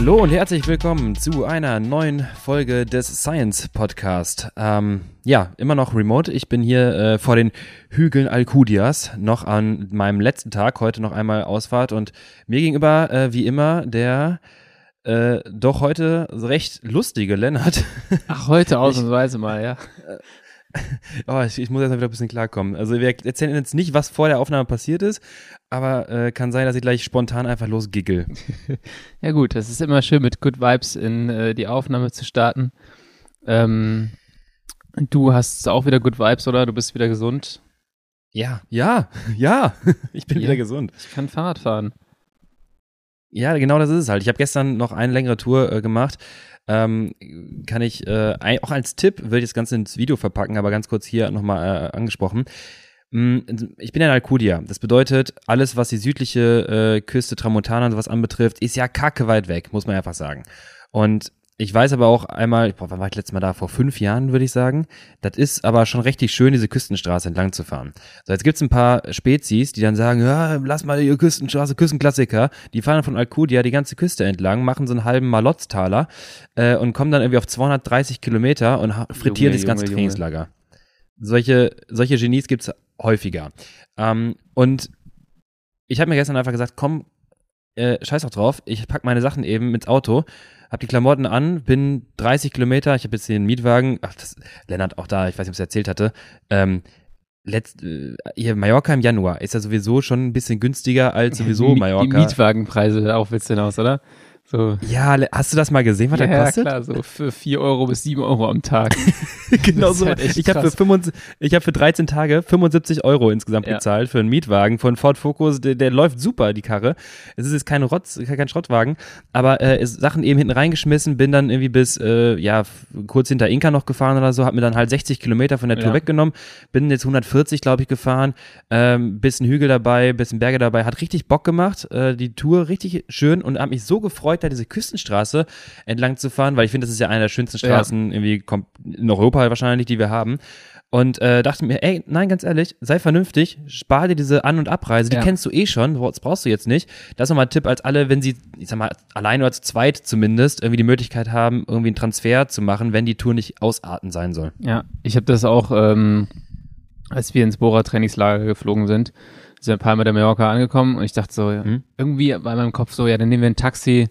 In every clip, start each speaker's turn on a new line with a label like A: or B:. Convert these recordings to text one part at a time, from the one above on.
A: Hallo und herzlich willkommen zu einer neuen Folge des Science Podcast. Immer noch remote. Ich bin hier vor den Hügeln Alcudias, noch an meinem letzten Tag, heute noch einmal Ausfahrt und mir gegenüber, wie immer, der doch heute recht lustige Lennart.
B: Ach, heute ausnahmsweise mal, ja.
A: Ich muss jetzt mal wieder ein bisschen klarkommen. Also wir erzählen jetzt nicht, was vor der Aufnahme passiert ist, aber kann sein, dass ich gleich spontan einfach losgiggle.
B: Ja gut, das ist immer schön, mit Good Vibes in die Aufnahme zu starten. Du hast auch wieder Good Vibes, oder? Du bist wieder gesund?
A: Ja, ich bin wieder gesund.
B: Ich kann Fahrrad fahren.
A: Ja, genau das ist es halt. Ich habe gestern noch eine längere Tour gemacht. Kann ich auch als Tipp, würde ich das Ganze ins Video verpacken, aber ganz kurz hier nochmal angesprochen. Ich bin in Alcudia. Das bedeutet, alles, was die südliche Küste Tramontana und sowas anbetrifft, ist ja kacke weit weg, muss man einfach sagen. Und ich weiß aber auch einmal, wann war ich letztes Mal da? Vor 5 Jahren, würde ich sagen. Das ist aber schon richtig schön, diese Küstenstraße entlang zu fahren. So, jetzt gibt's ein paar Spezies, die dann sagen, ja, lass mal die Küstenstraße, Küstenklassiker. Die fahren von Alcudia die ganze Küste entlang, machen so einen halben Malotztaler und kommen dann irgendwie auf 230 Kilometer und frittieren das ganze Trainingslager. Solche Genies gibt's häufiger. Und ich habe mir gestern einfach gesagt, komm, scheiß doch drauf, ich pack meine Sachen eben ins Auto, hab die Klamotten an, bin 30 Kilometer, ich habe jetzt hier einen Mietwagen, Lennart auch da, ich weiß nicht, ob ich es erzählt hatte, hier Mallorca im Januar ist ja sowieso schon ein bisschen günstiger als sowieso Mallorca.
B: Die Mietwagenpreise auch willst du hinaus, oder? So.
A: Ja, hast du das mal gesehen, was der kostet?
B: Ja, klar, so für 4 Euro bis 7 Euro am Tag.
A: Genau so. Halt ich habe für 13 Tage 75 Euro insgesamt gezahlt für einen Mietwagen von Ford Focus. Der läuft super, die Karre. Es ist jetzt kein Schrottwagen, aber Sachen eben hinten reingeschmissen, bin dann irgendwie bis kurz hinter Inka noch gefahren oder so, hab mir dann halt 60 Kilometer von der Tour weggenommen, bin jetzt 140, glaube ich, gefahren, bisschen Hügel dabei, bisschen Berge dabei, hat richtig Bock gemacht, die Tour richtig schön und hab mich so gefreut, da diese Küstenstraße entlang zu fahren, weil ich finde, das ist ja eine der schönsten Straßen irgendwie in Europa wahrscheinlich, die wir haben. Und dachte mir, ey, nein, ganz ehrlich, sei vernünftig, spar dir diese An- und Abreise, die kennst du eh schon, das brauchst du jetzt nicht. Das ist nochmal ein Tipp als alle, wenn sie, ich sag mal, allein oder zu zweit zumindest, irgendwie die Möglichkeit haben, irgendwie einen Transfer zu machen, wenn die Tour nicht ausarten sein soll.
B: Ja, ich habe das auch, als wir ins Bora-Trainingslager geflogen sind wir Palma de Mallorca angekommen und ich dachte so, irgendwie war in meinem Kopf so, ja, dann nehmen wir ein Taxi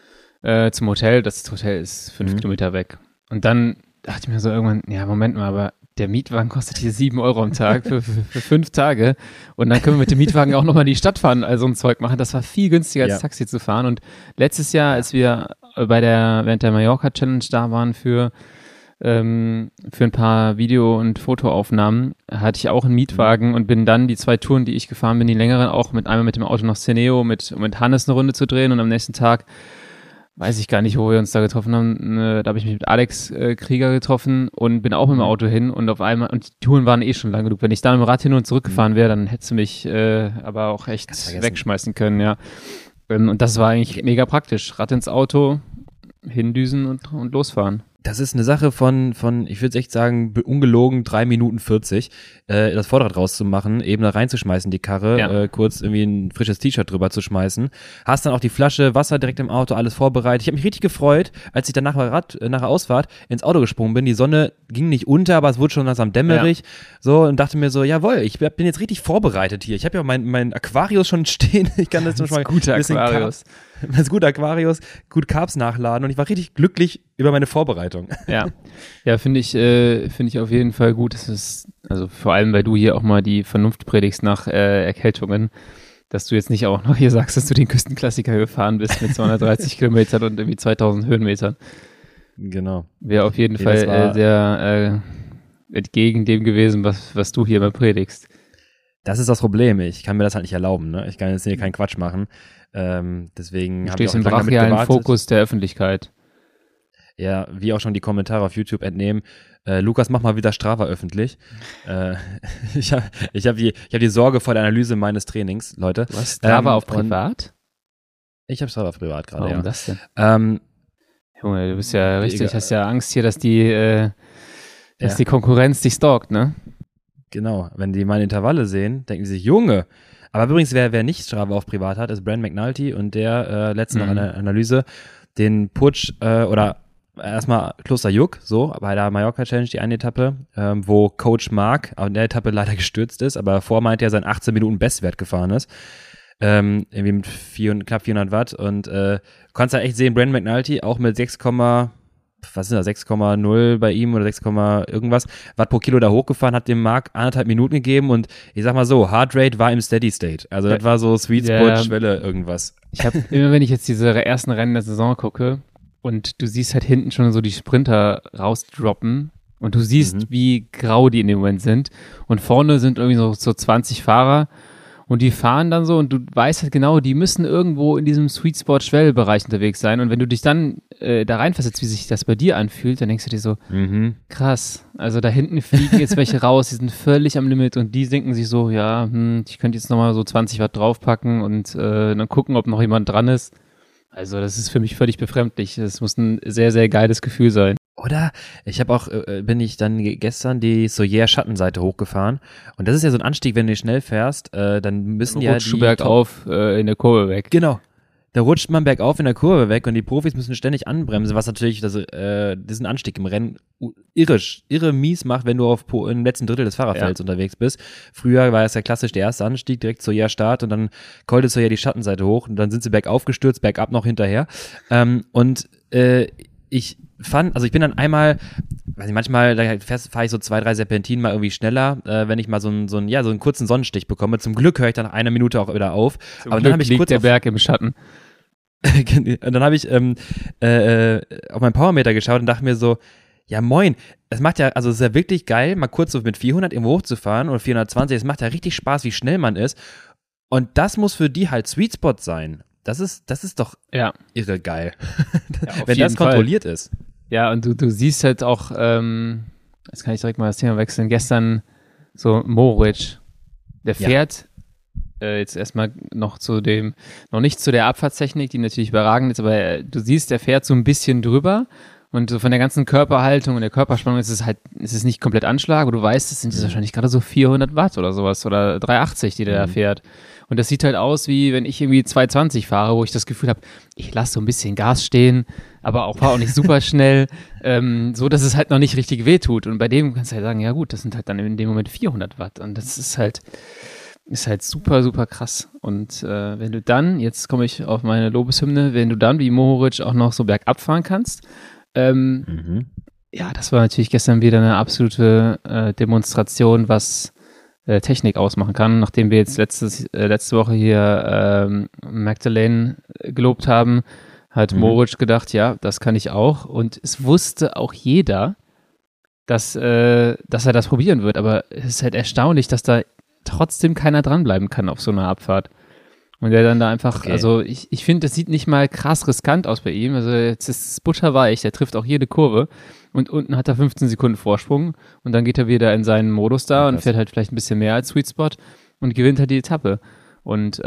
B: zum Hotel, das Hotel ist 5 Kilometer weg. Und dann dachte ich mir so irgendwann, ja, Moment mal, aber der Mietwagen kostet hier 7 Euro am Tag für 5 Tage und dann können wir mit dem Mietwagen auch nochmal in die Stadt fahren, also ein Zeug machen. Das war viel günstiger als Taxi zu fahren. Und letztes Jahr, als wir während der Mallorca-Challenge da waren für ein paar Video- und Fotoaufnahmen, hatte ich auch einen Mietwagen und bin dann die 2 Touren, die ich gefahren bin, die längeren, auch einmal mit dem Auto nach Ceneo, mit Hannes eine Runde zu drehen und am nächsten Tag weiß ich gar nicht, wo wir uns da getroffen haben. Da habe ich mich mit Alex Krieger getroffen und bin auch mit dem Auto hin und auf einmal, und die Touren waren eh schon lang genug. Wenn ich da mit dem Rad hin und zurück gefahren wäre, dann hättest du mich aber auch echt wegschmeißen können, ja. Und das war eigentlich mega praktisch. Rad ins Auto, hindüsen und losfahren.
A: Das ist eine Sache von ich würde echt sagen, ungelogen 3 Minuten 40, das Vorderrad rauszumachen, eben da reinzuschmeißen, die Karre, kurz irgendwie ein frisches T-Shirt drüber zu schmeißen. Hast dann auch die Flasche Wasser direkt im Auto, alles vorbereitet. Ich habe mich richtig gefreut, als ich dann nach der Ausfahrt ins Auto gesprungen bin. Die Sonne ging nicht unter, aber es wurde schon langsam dämmerig. So, und dachte mir so, jawohl, ich bin jetzt richtig vorbereitet hier. Ich habe ja mein Aquarius schon stehen. Ich kann das schon mal
B: gute Aquarius.
A: Das gute Aquarius, gut Carbs nachladen und ich war richtig glücklich über meine Vorbereitung.
B: Ja, finde ich auf jeden Fall gut. Das ist, also vor allem, weil du hier auch mal die Vernunft predigst nach Erkältungen, dass du jetzt nicht auch noch hier sagst, dass du den Küstenklassiker gefahren bist mit 230 Kilometern und irgendwie 2000 Höhenmetern.
A: Genau.
B: Wäre auf jeden Fall sehr entgegen dem gewesen, was du hier mal predigst.
A: Das ist das Problem. Ich kann mir das halt nicht erlauben. Ne? Ich kann jetzt hier keinen Quatsch machen. Deswegen habe ich auch
B: im brachialen Fokus der Öffentlichkeit.
A: Ja, wie auch schon die Kommentare auf YouTube entnehmen. Lukas, mach mal wieder Strava öffentlich. Ich hab die Sorge vor der Analyse meines Trainings, Leute.
B: Was? Strava auf privat?
A: Ich habe Strava auf privat gerade,
B: Warum das denn? Junge, du bist ja richtig, hast ja Angst hier, dass die Konkurrenz dich stalkt, ne?
A: Genau, wenn die meine Intervalle sehen, denken sie sich, Junge. Aber übrigens, wer nicht Strava auf privat hat, ist Brand McNulty und der letzte noch eine Analyse. den Putsch oder erstmal Klosterjuck, so, bei der Mallorca-Challenge, die eine Etappe, wo Coach Mark in der Etappe leider gestürzt ist, aber davor meinte er, sein 18 Minuten Bestwert gefahren ist. Irgendwie mit knapp 400 Watt und konntest halt echt sehen, Brandon McNulty auch mit 6,0 bei ihm oder 6, irgendwas Watt pro Kilo da hochgefahren, hat dem Mark 1,5 Minuten gegeben und ich sag mal so, Heartrate war im Steady State. Also das war so Sweet Spot, Schwelle, irgendwas.
B: Ich habe immer, wenn ich jetzt diese ersten Rennen der Saison gucke und du siehst halt hinten schon so die Sprinter rausdroppen und du siehst, wie grau die in dem Moment sind und vorne sind irgendwie so 20 Fahrer und die fahren dann so und du weißt halt genau, die müssen irgendwo in diesem Sweet Spot Schwellbereich unterwegs sein und wenn du dich dann da reinversetzt, wie sich das bei dir anfühlt, dann denkst du dir so, krass, also da hinten fliegen jetzt welche raus, die sind völlig am Limit und die denken sich so, ja, ich könnte jetzt nochmal so 20 Watt draufpacken und dann gucken, ob noch jemand dran ist. Also das ist für mich völlig befremdlich. Das muss ein sehr, sehr geiles Gefühl sein.
A: Oder? Ich habe auch, bin ich dann gestern die Soyer-Schattenseite hochgefahren und das ist ja so ein Anstieg, wenn du schnell fährst, dann müssen ja
B: die bergauf in der Kurve weg.
A: Genau. Da rutscht man bergauf in der Kurve weg und die Profis müssen ständig anbremsen, was natürlich diesen Anstieg im Rennen irre mies macht, wenn du im letzten Drittel des Fahrerfelds unterwegs bist. Früher war es ja klassisch der erste Anstieg, direkt Soyer Start und dann kollte Soyer die Schattenseite hoch und dann sind sie bergauf gestürzt, bergab noch hinterher. Ich bin dann einmal, weiß nicht, manchmal fahre ich so 2, 3 Serpentinen mal irgendwie schneller, wenn ich mal so einen kurzen Sonnenstich bekomme. Zum Glück höre ich dann nach einer Minute auch wieder auf.
B: Zum Glück dann habe ich liegt der Berg im Schatten.
A: Und dann habe ich auf meinen Powermeter geschaut und dachte mir so, ja moin, es macht ja, also es ist ja wirklich geil, mal kurz so mit 400 irgendwo hochzufahren oder 420, es macht ja richtig Spaß, wie schnell man ist. Und das muss für die halt Sweet Spot sein. Das ist doch irre geil, wenn das kontrolliert ist.
B: Ja, und du siehst halt auch, jetzt kann ich direkt mal das Thema wechseln, gestern so Mohoric, der fährt jetzt erstmal noch nicht zu der Abfahrtstechnik, die natürlich überragend ist, aber du siehst, der fährt so ein bisschen drüber und so von der ganzen Körperhaltung und der Körperspannung ist es nicht komplett Anschlag, aber du weißt, es sind jetzt wahrscheinlich gerade so 400 Watt oder sowas oder 380, die der da fährt. Und das sieht halt aus, wie wenn ich irgendwie 220 fahre, wo ich das Gefühl habe, ich lasse so ein bisschen Gas stehen, aber fahre auch nicht super schnell, so dass es halt noch nicht richtig wehtut. Und bei dem kannst du halt sagen, ja gut, das sind halt dann in dem Moment 400 Watt. Und das ist halt super, super krass. Und wenn du dann, jetzt komme ich auf meine Lobeshymne, wenn du dann wie Mohoric auch noch so bergab fahren kannst, ja, das war natürlich gestern wieder eine absolute Demonstration, was Technik ausmachen kann, nachdem wir jetzt letzte Woche hier Magdalene gelobt haben, hat Mohoric gedacht, ja, das kann ich auch und es wusste auch jeder, dass er das probieren wird, aber es ist halt erstaunlich, dass da trotzdem keiner dranbleiben kann auf so einer Abfahrt und der dann da einfach, also ich finde, das sieht nicht mal krass riskant aus bei ihm, also jetzt ist es butterweich, der trifft auch jede Kurve und unten hat er 15 Sekunden Vorsprung und dann geht er wieder in seinen Modus da und fährt halt vielleicht ein bisschen mehr als Sweet Spot und gewinnt halt die Etappe. Und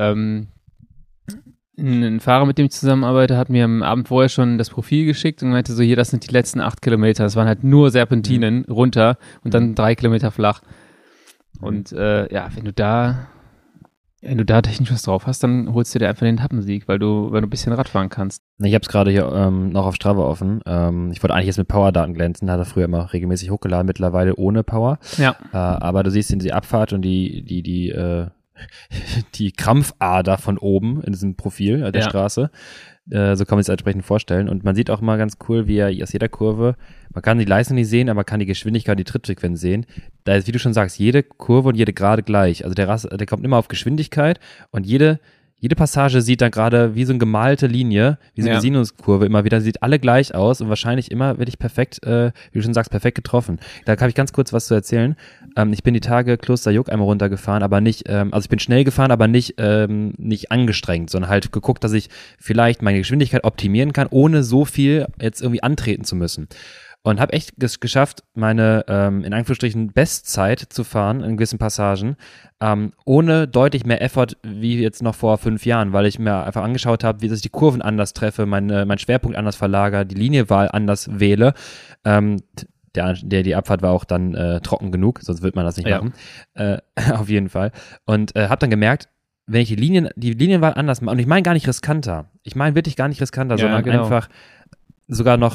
B: ein Fahrer, mit dem ich zusammenarbeite, hat mir am Abend vorher schon das Profil geschickt und meinte so, hier, das sind die letzten 8 Kilometer. Das waren halt nur Serpentinen runter und dann 3 Kilometer flach. Und wenn du da technisch was drauf hast, dann holst du dir einfach den Etappensieg, weil du ein bisschen Radfahren kannst.
A: Ich habe es gerade hier noch auf Strava offen. Ich wollte eigentlich jetzt mit Power-Daten glänzen, hat er früher immer regelmäßig hochgeladen, mittlerweile ohne Power.
B: Ja.
A: Aber du siehst in die Abfahrt und die Krampfader von oben in diesem Profil der Straße. So kann man es entsprechend vorstellen. Und man sieht auch mal ganz cool, wie er aus jeder Kurve, man kann die Leistung nicht sehen, aber man kann die Geschwindigkeit und die Trittfrequenz sehen. Da ist, wie du schon sagst, jede Kurve und jede Gerade gleich. Also der kommt immer auf Geschwindigkeit und jede Passage sieht dann gerade wie so eine gemalte Linie, wie so eine Sinuskurve immer wieder, sieht alle gleich aus und wahrscheinlich immer wirklich perfekt, wie du schon sagst, perfekt getroffen. Da habe ich ganz kurz was zu erzählen. Ich bin die Tage Klosterjuck einmal runtergefahren, aber nicht, also ich bin schnell gefahren, aber nicht angestrengt, sondern halt geguckt, dass ich vielleicht meine Geschwindigkeit optimieren kann, ohne so viel jetzt irgendwie antreten zu müssen. Und habe echt geschafft, meine, in Anführungsstrichen, Bestzeit zu fahren in gewissen Passagen, ohne deutlich mehr Effort wie jetzt noch vor 5 Jahren, weil ich mir einfach angeschaut habe, wie ich die Kurven anders treffe, mein Schwerpunkt anders verlagere, die Liniewahl anders wähle. Die Abfahrt war auch dann trocken genug, sonst wird man das nicht machen. Auf jeden Fall. Und habe dann gemerkt, wenn ich die Linienwahl anders mache, und ich meine gar nicht riskanter, sondern einfach sogar noch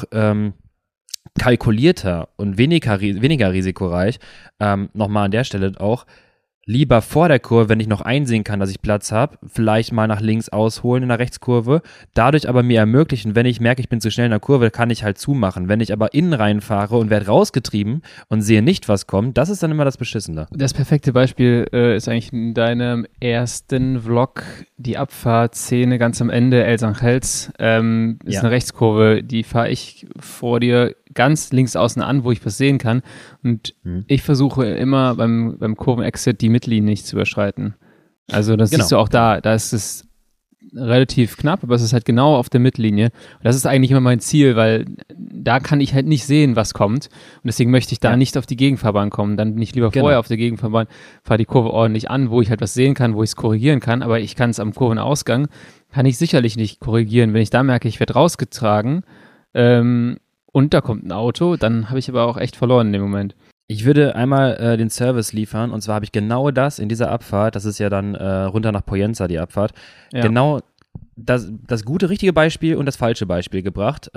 A: kalkulierter und weniger risikoreich, nochmal an der Stelle auch, lieber vor der Kurve, wenn ich noch einsehen kann, dass ich Platz habe, vielleicht mal nach links ausholen in der Rechtskurve, dadurch aber mir ermöglichen, wenn ich merke, ich bin zu schnell in der Kurve, kann ich halt zumachen. Wenn ich aber innen reinfahre und werde rausgetrieben und sehe nicht, was kommt, das ist dann immer das Beschissene.
B: Das perfekte Beispiel ist eigentlich in deinem ersten Vlog die Abfahrtszene ganz am Ende, Els Angels, ist eine Rechtskurve, die fahre ich vor dir ganz links außen an, wo ich was sehen kann. Und ich versuche immer beim Kurven-Exit die Mittellinie nicht zu überschreiten. Also das siehst du auch da ist es relativ knapp, aber es ist halt genau auf der Mittellinie. Und das ist eigentlich immer mein Ziel, weil da kann ich halt nicht sehen, was kommt. Und deswegen möchte ich da nicht auf die Gegenfahrbahn kommen. Dann bin ich lieber vorher auf der Gegenfahrbahn, fahre die Kurve ordentlich an, wo ich halt was sehen kann, wo ich es korrigieren kann. Aber ich kann es am Kurvenausgang, kann ich sicherlich nicht korrigieren. Wenn ich da merke, ich werde rausgetragen, und da kommt ein Auto, dann habe ich aber auch echt verloren in dem Moment.
A: Ich würde einmal den Service liefern, und zwar habe ich genau das in dieser Abfahrt, das ist ja dann runter nach Poyenza, die Abfahrt, genau das gute, richtige Beispiel und das falsche Beispiel gebracht.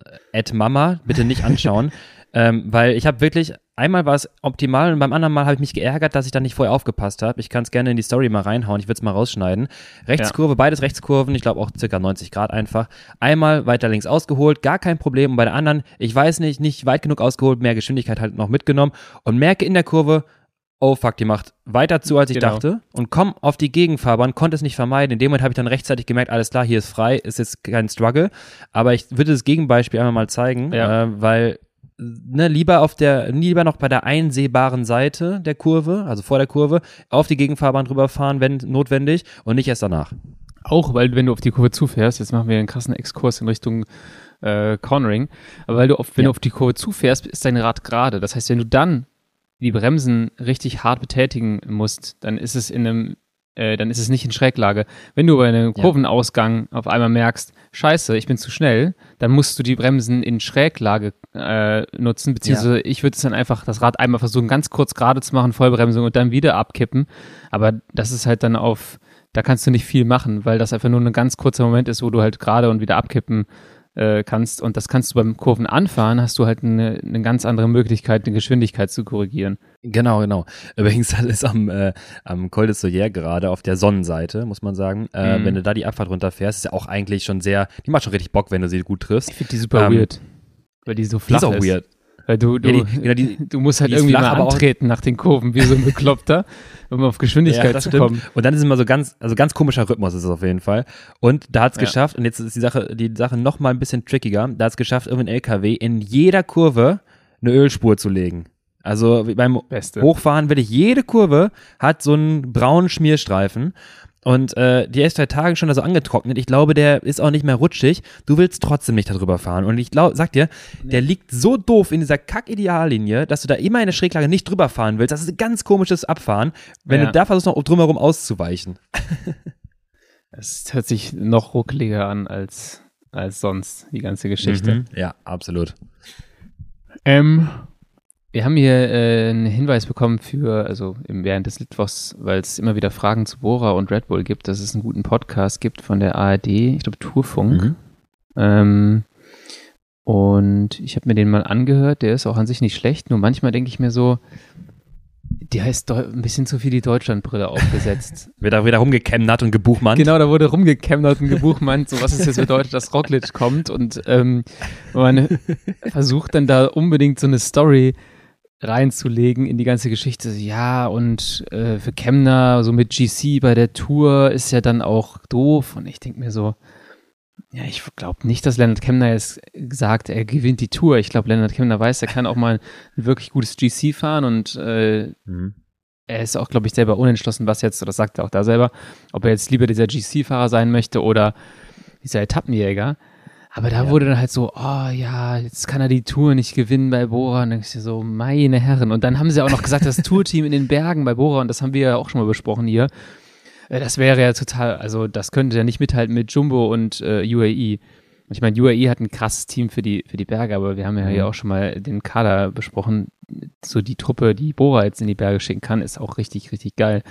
A: @Mama, bitte nicht anschauen, weil ich habe wirklich, einmal war es optimal und beim anderen Mal habe ich mich geärgert, dass ich da nicht vorher aufgepasst habe. Ich kann es gerne in die Story mal reinhauen, ich würde es mal rausschneiden. Rechtskurve, beides Rechtskurven, ich glaube auch circa 90 Grad einfach. Einmal weiter links ausgeholt, gar kein Problem. Und bei der anderen, ich weiß nicht weit genug ausgeholt, mehr Geschwindigkeit halt noch mitgenommen und merke in der Kurve, oh fuck, die macht weiter zu, als ich dachte, und komm auf die Gegenfahrbahn, konnte es nicht vermeiden. In dem Moment habe ich dann rechtzeitig gemerkt, alles klar, hier ist frei, ist jetzt kein Struggle. Aber ich würde das Gegenbeispiel einmal mal zeigen, weil lieber noch bei der einsehbaren Seite der Kurve, also vor der Kurve, auf die Gegenfahrbahn drüber fahren, wenn notwendig, und nicht erst danach.
B: Auch, weil wenn du auf die Kurve zufährst, jetzt machen wir einen krassen Exkurs in Richtung Cornering, aber wenn du auf die Kurve zufährst, ist dein Rad gerade. Das heißt, wenn du dann die Bremsen richtig hart betätigen musst, dann ist es nicht in Schräglage. Wenn du bei einem Kurvenausgang auf einmal merkst, scheiße, ich bin zu schnell, dann musst du die Bremsen in Schräglage nutzen, beziehungsweise ich würde es dann einfach das Rad einmal versuchen, ganz kurz gerade zu machen, Vollbremsung und dann wieder abkippen. Aber das ist halt dann da kannst du nicht viel machen, weil das einfach nur ein ganz kurzer Moment ist, wo du halt gerade und wieder abkippen kannst, und das kannst du beim Kurvenanfahren, hast du halt eine ganz andere Möglichkeit, eine Geschwindigkeit zu korrigieren.
A: Genau. Übrigens, das ist am Col de Soyer gerade auf der Sonnenseite, muss man sagen. Wenn du da die Abfahrt runterfährst, ist ja auch eigentlich schon die macht schon richtig Bock, wenn du sie gut triffst.
B: Ich finde die super weird, weil die so flach ist. Die ist auch weird. Weil du musst halt irgendwie mal antreten nach den Kurven, wie so ein Bekloppter, um auf Geschwindigkeit zu kommen.
A: Und dann ist immer so ganz komischer Rhythmus ist es auf jeden Fall. Und da hat es geschafft, und jetzt ist die Sache noch mal ein bisschen trickiger, da hat es geschafft, irgendein LKW in jeder Kurve eine Ölspur zu legen. Also beim Hochfahren jede Kurve hat so einen braunen Schmierstreifen. Und die ist 2 Tage schon so angetrocknet. Ich glaube, der ist auch nicht mehr rutschig. Du willst trotzdem nicht darüber fahren. Und ich sag dir, der liegt so doof in dieser Kack-Ideallinie, dass du da immer in der Schräglage nicht drüber fahren willst. Das ist ein ganz komisches Abfahren, wenn du da versuchst, noch drumherum auszuweichen.
B: Es hört sich noch ruckeliger an als sonst, die ganze Geschichte.
A: Ja, absolut.
B: Wir haben hier einen Hinweis bekommen während des Litwochs, weil es immer wieder Fragen zu Bora und Red Bull gibt, dass es einen guten Podcast gibt von der ARD, ich glaube Tourfunk. Und ich habe mir den mal angehört, der ist auch an sich nicht schlecht, nur manchmal denke ich mir so, die heißt ein bisschen zu viel die Deutschlandbrille aufgesetzt.
A: Wird da wieder rumgekemmert und gebuchmannt.
B: Genau, da wurde rumgekemmert und gebuchmannt, so was es jetzt bedeutet, dass Roglic kommt, und man versucht dann da unbedingt so eine Story reinzulegen in die ganze Geschichte. Ja, und für Kemna, so mit GC bei der Tour ist ja dann auch doof. Und ich denke mir so, ja, ich glaube nicht, dass Lennart Kemna jetzt sagt, er gewinnt die Tour. Ich glaube, Lennart Kemna weiß, er kann auch mal ein wirklich gutes GC fahren, und er ist auch, glaube ich, selber unentschlossen, was jetzt, oder das sagt er auch da selber, ob er jetzt lieber dieser GC-Fahrer sein möchte oder dieser Etappenjäger. Aber da wurde dann halt so, oh ja, jetzt kann er die Tour nicht gewinnen bei Bora. Und dann denkst du so, meine Herren. Und dann haben sie auch noch gesagt, das Tourteam in den Bergen bei Bora, und das haben wir ja auch schon mal besprochen hier, das wäre ja total, also das könnte ja nicht mithalten mit Jumbo und UAE. Und ich meine, UAE hat ein krasses Team für die Berge, aber wir haben ja hier auch schon mal den Kader besprochen. So die Truppe, die Bora jetzt in die Berge schicken kann, ist auch richtig, richtig geil.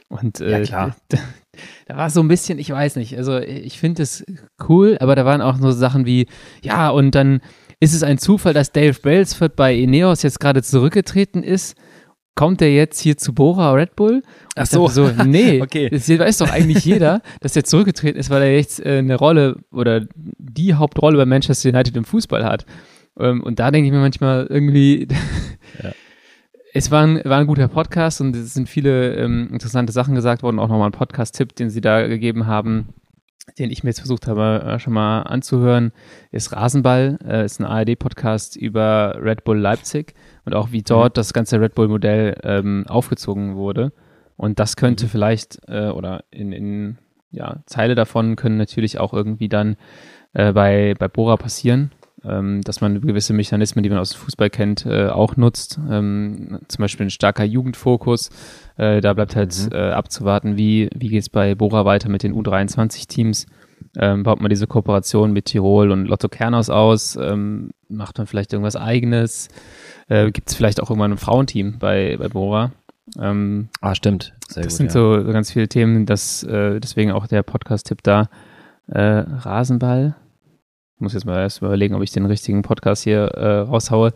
B: Und
A: ja, klar.
B: Da war so ein bisschen, ich weiß nicht, also ich finde es cool, aber da waren auch so Sachen wie, ja, und dann ist es ein Zufall, dass Dave Brailsford bei Ineos jetzt gerade zurückgetreten ist. Kommt der jetzt hier zu Bora Red Bull?
A: Ach so.
B: Nee,
A: okay.
B: Das weiß doch eigentlich jeder, dass er zurückgetreten ist, weil er jetzt eine Rolle oder die Hauptrolle bei Manchester United im Fußball hat. Und da denke ich mir manchmal irgendwie,
A: ja.
B: Es war ein guter Podcast und es sind viele interessante Sachen gesagt worden. Auch nochmal ein Podcast-Tipp, den sie da gegeben haben, den ich mir jetzt versucht habe, schon mal anzuhören, ist Rasenball. Ist ein ARD-Podcast über Red Bull Leipzig und auch wie dort das ganze Red Bull-Modell aufgezogen wurde. Und das könnte vielleicht, oder in Teile davon können natürlich auch irgendwie dann bei Bora passieren. Dass man gewisse Mechanismen, die man aus dem Fußball kennt, auch nutzt. Zum Beispiel ein starker Jugendfokus. Da bleibt halt abzuwarten, wie geht es bei Bora weiter mit den U23-Teams. Baut man diese Kooperation mit Tirol und Lotto Kernos aus? Macht man vielleicht irgendwas Eigenes? Gibt es vielleicht auch irgendwann ein Frauenteam bei Bora?
A: Stimmt. Sehr
B: das
A: gut,
B: sind so ganz viele Themen, deswegen auch der Podcast-Tipp da. Rasenball. Ich muss jetzt mal erst überlegen, ob ich den richtigen Podcast hier raushaue.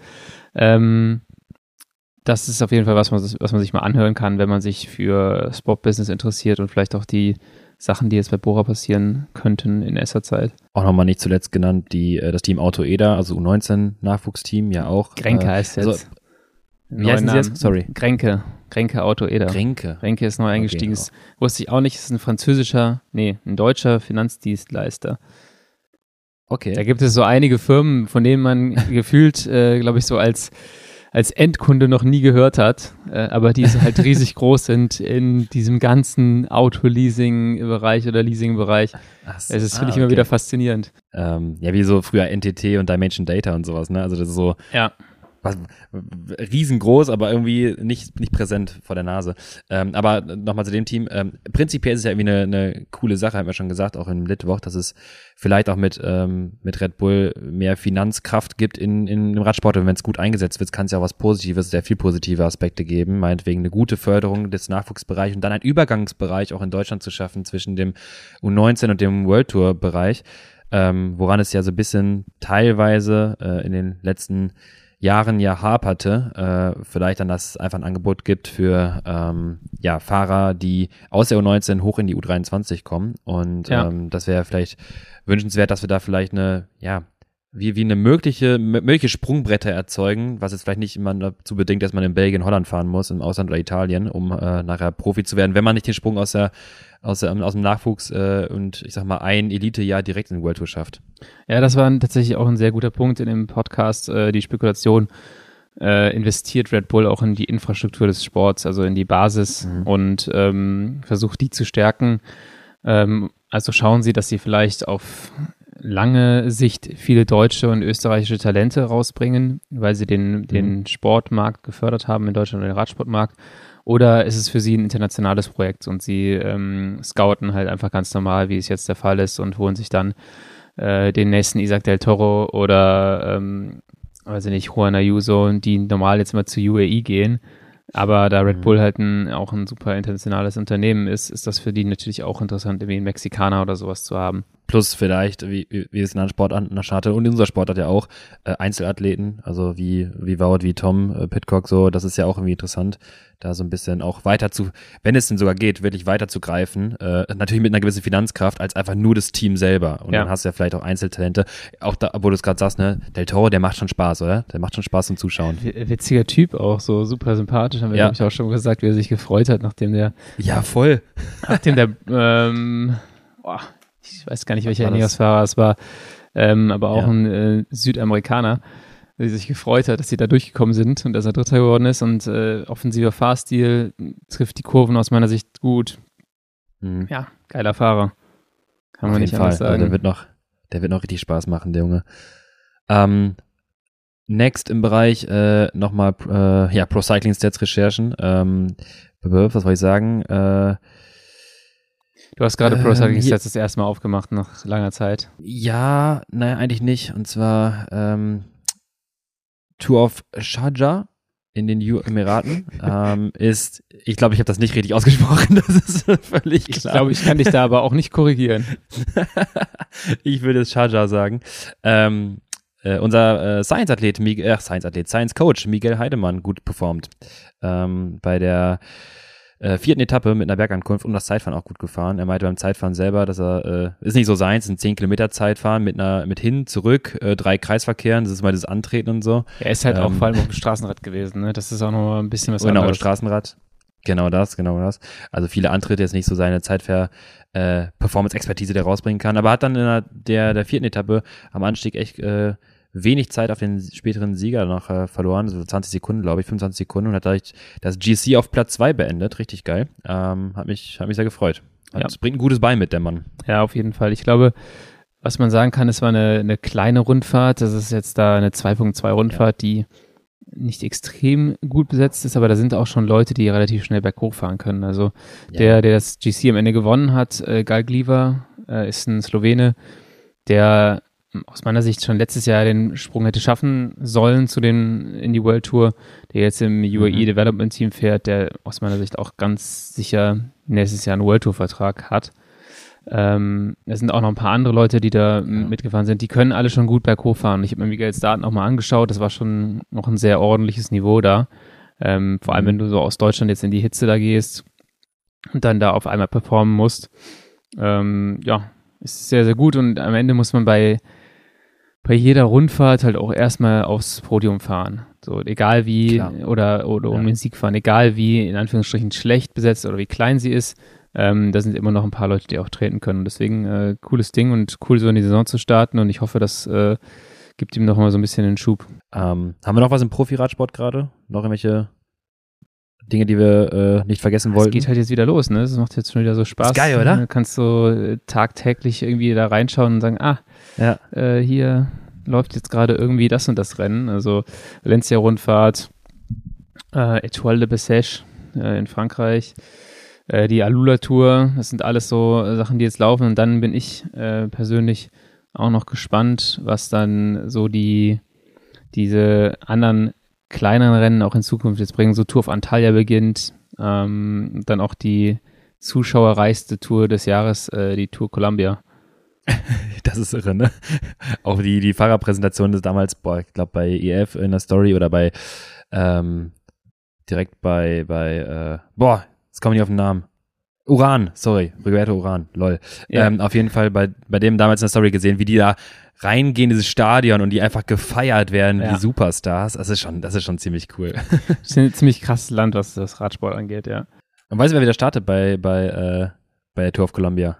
B: Das ist auf jeden Fall was man sich mal anhören kann, wenn man sich für Sportbusiness interessiert und vielleicht auch die Sachen, die jetzt bei Bora passieren könnten in nächster Zeit.
A: Auch nochmal nicht zuletzt genannt, das Team Auto Eder, also U19-Nachwuchsteam, ja auch.
B: Grenke heißt jetzt.
A: Also, wie heißen sie jetzt? Sorry.
B: Grenke Auto Eder.
A: Grenke
B: ist neu eingestiegen.
A: Okay,
B: wusste ich auch nicht, ist ein deutscher Finanzdienstleister.
A: Okay.
B: Da gibt es so einige Firmen, von denen man gefühlt, glaube ich, so als Endkunde noch nie gehört hat, aber die so halt riesig groß sind in diesem ganzen Auto-Leasing-Bereich oder Leasing-Bereich. Das finde ich immer wieder faszinierend.
A: Wie so früher NTT und Dimension Data und sowas, ne? Also das ist so riesengroß, aber irgendwie nicht präsent vor der Nase. Aber nochmal zu dem Team. Prinzipiell ist es ja irgendwie eine coole Sache, haben wir schon gesagt, auch im Litwoch, dass es vielleicht auch mit Red Bull mehr Finanzkraft gibt in dem Radsport. Und wenn es gut eingesetzt wird, kann es ja auch was Positives, sehr viel positive Aspekte geben. Meinetwegen eine gute Förderung des Nachwuchsbereichs und dann einen Übergangsbereich auch in Deutschland zu schaffen zwischen dem U19 und dem World Tour Bereich, woran es ja so ein bisschen teilweise in den letzten Jahren ja haperte, vielleicht dann, dass es einfach ein Angebot gibt für Fahrer, die aus der U19 hoch in die U23 kommen und das wäre vielleicht wünschenswert, dass wir da vielleicht eine mögliche Sprungbretter erzeugen, was jetzt vielleicht nicht immer dazu bedingt, dass man in Belgien, Holland fahren muss, im Ausland oder Italien, um nachher Profi zu werden, wenn man nicht den Sprung aus dem Nachwuchs und ich sag mal ein Elite-Jahr direkt in die World Tour schafft. Ja,
B: das war tatsächlich auch ein sehr guter Punkt in dem Podcast, die Spekulation. Investiert Red Bull auch in die Infrastruktur des Sports, also in die Basis und versucht die zu stärken. Also schauen Sie, dass Sie vielleicht auf lange Sicht viele deutsche und österreichische Talente rausbringen, weil sie den Sportmarkt gefördert haben in Deutschland, den Radsportmarkt. Oder ist es für sie ein internationales Projekt und sie scouten halt einfach ganz normal, wie es jetzt der Fall ist und holen sich dann den nächsten Isaac Del Toro oder weiß ich nicht, Juan Ayuso, die normal jetzt mal zu UAE gehen. Aber da Red Bull halt auch ein super internationales Unternehmen ist das für die natürlich auch interessant, irgendwie einen Mexikaner oder sowas zu haben.
A: Plus vielleicht, wie es in anderen Sportarten hatte und in unserer Sportart ja auch, Einzelathleten, also wie Wout, wie Tom Pidcock, so, das ist ja auch irgendwie interessant, da so ein bisschen auch wenn es denn sogar geht, wirklich weiter zu greifen, natürlich mit einer gewissen Finanzkraft, als einfach nur das Team selber. Und dann hast du ja vielleicht auch Einzeltalente, auch da, wo du es gerade sagst, ne, Del Toro, der macht schon Spaß, oder? Der macht schon Spaß zum Zuschauen.
B: Witziger Typ auch, so super sympathisch, haben wir glaube ich auch schon gesagt, wie er sich gefreut hat, nachdem der ich weiß gar nicht, welcher Ineos-Fahrer es war, aber auch ein Südamerikaner, der sich gefreut hat, dass sie da durchgekommen sind und dass er Dritter geworden ist und offensiver Fahrstil, trifft die Kurven aus meiner Sicht gut. Ja, geiler Fahrer. Kann man nicht anders sagen.
A: Der wird noch richtig Spaß machen, der Junge. Next im Bereich nochmal Pro Cycling Stats Recherchen. Was soll ich sagen?
B: Du hast gerade Pro Cycling Stats das erste Mal aufgemacht nach langer Zeit.
A: Ja, naja, eigentlich nicht. Und zwar Tour of Sharjah in den Emiraten ist, ich glaube, ich habe das nicht richtig ausgesprochen, das ist völlig klar.
B: Ich glaube, ich kann dich da aber auch nicht korrigieren.
A: Ich würde es Sharjah sagen. Unser Science Coach Miguel Heidemann gut performt. Bei der 4. Etappe mit einer Bergankunft und das Zeitfahren auch gut gefahren. Er meinte beim Zeitfahren selber, dass er, ist nicht so seins, ein 10 Kilometer Zeitfahren mit hin, zurück, 3 Kreisverkehren, das ist mal das Antreten und so.
B: Er ist halt auch vor allem auf dem Straßenrad gewesen, ne? Das ist auch nochmal ein bisschen was
A: anderes.
B: anderes.
A: Genau, Straßenrad. Genau das. Also viele Antritte, jetzt nicht so seine Performance-Expertise, der rausbringen kann, aber hat dann in der 4. Etappe am Anstieg echt wenig Zeit auf den späteren Sieger noch verloren, so 20 Sekunden, glaube ich, 25 Sekunden und hat dadurch das GC auf Platz 2 beendet, richtig geil. Hat mich sehr gefreut. Bringt ein gutes Bein mit, der Mann.
B: Ja, auf jeden Fall. Ich glaube, was man sagen kann, es war eine kleine Rundfahrt, das ist jetzt da eine 2.2 Rundfahrt, die nicht extrem gut besetzt ist, aber da sind auch schon Leute, die relativ schnell berghoch fahren können. Also der das GC am Ende gewonnen hat, Gal Gliva, ist ein Slowene, der aus meiner Sicht schon letztes Jahr den Sprung hätte schaffen sollen in die World Tour, der jetzt im UAE Development Team fährt, der aus meiner Sicht auch ganz sicher nächstes Jahr einen World Tour Vertrag hat. Es sind auch noch ein paar andere Leute, die da mitgefahren sind, die können alle schon gut berghoch fahren. Ich habe mir Miguels Daten auch mal angeschaut, das war schon noch ein sehr ordentliches Niveau da. Vor allem, wenn du so aus Deutschland jetzt in die Hitze da gehst und dann da auf einmal performen musst. Ist sehr, sehr gut und am Ende muss man bei jeder Rundfahrt halt auch erstmal aufs Podium fahren. So, egal wie, oder um den Sieg fahren, egal wie in Anführungsstrichen schlecht besetzt oder wie klein sie ist, da sind immer noch ein paar Leute, die auch treten können. Deswegen cooles Ding und cool, so in die Saison zu starten und ich hoffe, das gibt ihm noch mal so ein bisschen den Schub.
A: Haben wir noch was im Profiradsport gerade? Noch irgendwelche Dinge, die wir nicht vergessen wollten?
B: Es geht halt jetzt wieder los, ne? Das macht jetzt schon wieder so Spaß.
A: Ist geil, oder?
B: Du kannst so tagtäglich irgendwie da reinschauen und sagen, hier läuft jetzt gerade irgendwie das und das Rennen. Also Valencia-Rundfahrt, Étoile de Bessèges in Frankreich, die Alula-Tour, das sind alles so Sachen, die jetzt laufen. Und dann bin ich persönlich auch noch gespannt, was dann so diese anderen kleineren Rennen auch in Zukunft jetzt bringen. So Tour of Antalya beginnt, dann auch die zuschauerreichste Tour des Jahres, die Tour Columbia.
A: Das ist irre, ne? Auch die Fahrerpräsentation ist damals, ich glaube bei EF in der Story oder bei direkt bei jetzt komme ich nicht auf den Namen. Roberto Uran, lol. Ja. Auf jeden Fall bei dem damals in der Story gesehen, wie die da reingehen, dieses Stadion und die einfach gefeiert werden wie Superstars. Das ist schon ziemlich cool.
B: Das ist ein ziemlich krasses Land, was das Radsport angeht, ja.
A: Und weißt du, wer wieder startet bei der Tour of Columbia?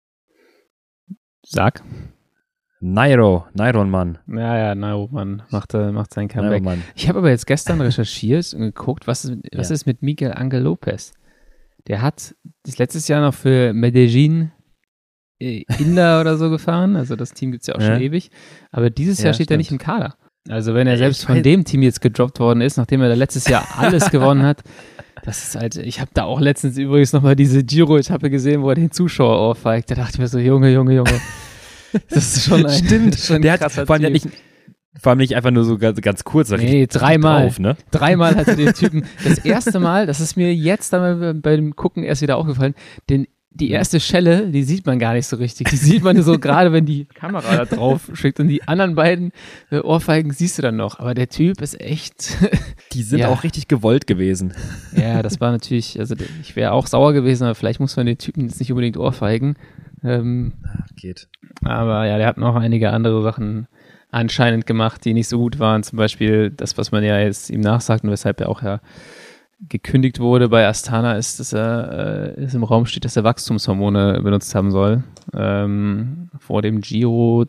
B: Sag.
A: Nairo Mann.
B: Ja, Nairo Mann macht sein Comeback. Ich habe aber jetzt gestern recherchiert und geguckt, was ist mit Miguel Angel Lopez? Der hat das letztes Jahr noch für Medellin Inda oder so gefahren. Also das Team gibt es ja auch schon ewig. Aber dieses Jahr steht er nicht im Kader. Also wenn er selbst von dem Team jetzt gedroppt worden ist, nachdem er da letztes Jahr alles gewonnen hat, das ist halt, ich habe da auch letztens übrigens nochmal diese Giro-Etappe gesehen, wo er den Zuschauer ohrfeigt. Da dachte ich mir so, Junge. Das ist schon ein krasser Typ.
A: Vor allem nicht einfach nur so ganz kurz.
B: Nee, dreimal.
A: Drauf, ne?
B: Dreimal hatte den Typen. Das erste Mal, das ist mir jetzt dann beim Gucken erst wieder aufgefallen, die erste Schelle, die sieht man gar nicht so richtig. Die sieht man so gerade, wenn die Kamera da drauf schickt und die anderen beiden Ohrfeigen siehst du dann noch. Aber der Typ ist echt...
A: Die sind auch richtig gewollt gewesen.
B: Ja, das war natürlich, also ich wäre auch sauer gewesen, aber vielleicht muss man den Typen jetzt nicht unbedingt ohrfeigen.
A: Geht.
B: Aber ja, der hat noch einige andere Sachen anscheinend gemacht, die nicht so gut waren. Zum Beispiel das, was man ja jetzt ihm nachsagt und weshalb er auch gekündigt wurde bei Astana, ist, dass er im Raum steht, dass er Wachstumshormone benutzt haben soll. Vor dem Giro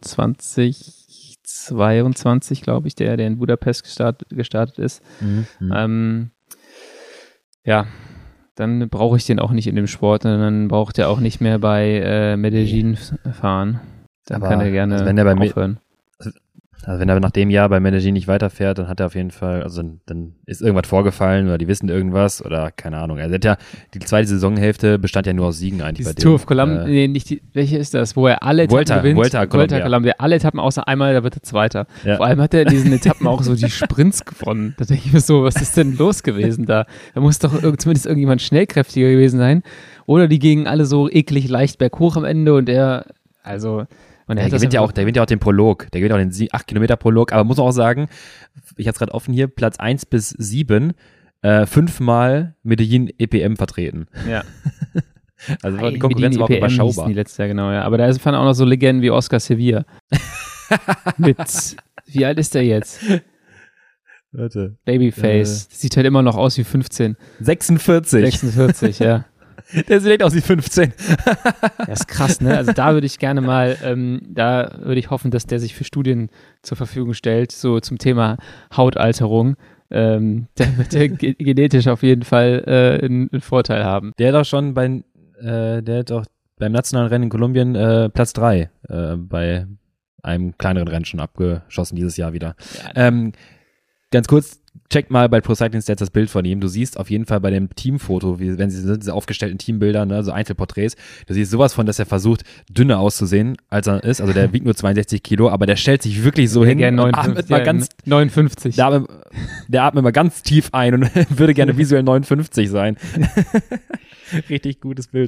B: 2022, glaube ich, der in Budapest gestartet ist. Dann brauche ich den auch nicht in dem Sport und dann braucht er auch nicht mehr bei Medellin fahren. Dann kann er gerne aufhören.
A: Also wenn er nach dem Jahr bei Medellin nicht weiterfährt, dann hat er auf jeden Fall, also dann ist irgendwas vorgefallen oder die wissen irgendwas oder keine Ahnung. Er hat ja, die zweite Saisonhälfte bestand ja nur aus Siegen eigentlich.
B: Dieses Tour of Colombia, nee, nicht die, welche ist das, wo er alle Etappen gewinnt?
A: Vuelta
B: Colombia, alle Etappen außer einmal, da wird er Zweiter. Ja. Vor allem hat er in diesen Etappen auch so die Sprints gewonnen. Da denke ich mir so, was ist denn los gewesen da? Da muss doch zumindest irgendjemand schnellkräftiger gewesen sein. Oder die gingen alle so eklig leicht berghoch am Ende und er, also... Und
A: der gewinnt ja auch den Prolog, der gewinnt auch den 8-Kilometer-Prolog, aber muss man auch sagen, ich hatte es gerade offen hier, Platz 1 bis 7, 5-mal Medellin EPM vertreten.
B: Ja.
A: Also die Konkurrenz war auch überschaubar.
B: Die letzte Jahr, genau, ja. Aber da fanden auch noch so Legenden wie Oscar Sevilla. Mit, wie alt ist der jetzt?
A: Warte.
B: Babyface. Sieht halt immer noch aus wie 15.
A: 46,
B: ja.
A: Der sieht echt aus wie 15.
B: Das ist krass, ne? Also da würde ich gerne mal, da würde ich hoffen, dass der sich für Studien zur Verfügung stellt, so zum Thema Hautalterung. Da wird der genetisch auf jeden Fall einen Vorteil haben.
A: Der hat auch schon beim nationalen Rennen in Kolumbien Platz 3 bei einem kleineren Rennen schon abgeschossen dieses Jahr wieder. Ja, ganz kurz, checkt mal bei Pro Cycling Stats das Bild von ihm. Du siehst auf jeden Fall bei dem Teamfoto, wenn sie sind, diese aufgestellten Teambilder, ne, so Einzelporträts, du siehst sowas von, dass er versucht, dünner auszusehen, als er ist. Also der wiegt nur 62 Kilo, aber der stellt sich wirklich so hin.
B: 59.
A: Der atmet mal ganz tief ein und würde gerne visuell 59 sein. Richtig gutes Bild.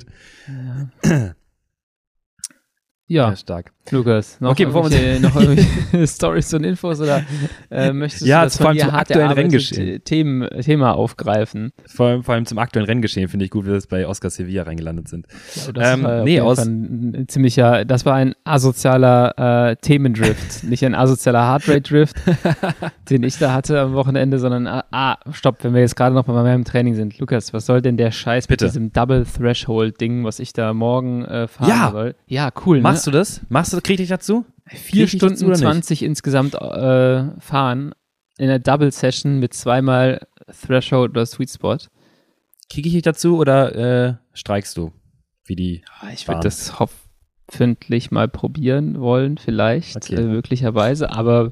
B: Ja,
A: stark.
B: Lukas, noch irgendwelche Storys und Infos oder möchtest du
A: das vor allem zum aktuellen Renngeschehen
B: Thema aufgreifen?
A: Vor allem zum aktuellen Renngeschehen finde ich gut, wie wir jetzt bei Oscar Sevilla reingelandet sind.
B: Ja, das war das war ein asozialer Themendrift, nicht ein asozialer Heartrate-Drift, den ich da hatte am Wochenende, sondern stopp, wenn wir jetzt gerade noch bei meinem Training sind. Lukas, was soll denn der Scheiß mit diesem Double-Threshold-Ding, was ich da morgen fahren soll? Ja, cool, ne?
A: Machst du das? Krieg ich dazu?
B: 4 Stunden 20 insgesamt fahren in einer Double-Session mit 2-mal Threshold oder Sweet Spot.
A: Kriege ich dich dazu oder streikst du? Wie die
B: ich würde das hoffentlich mal probieren wollen, vielleicht, möglicherweise, aber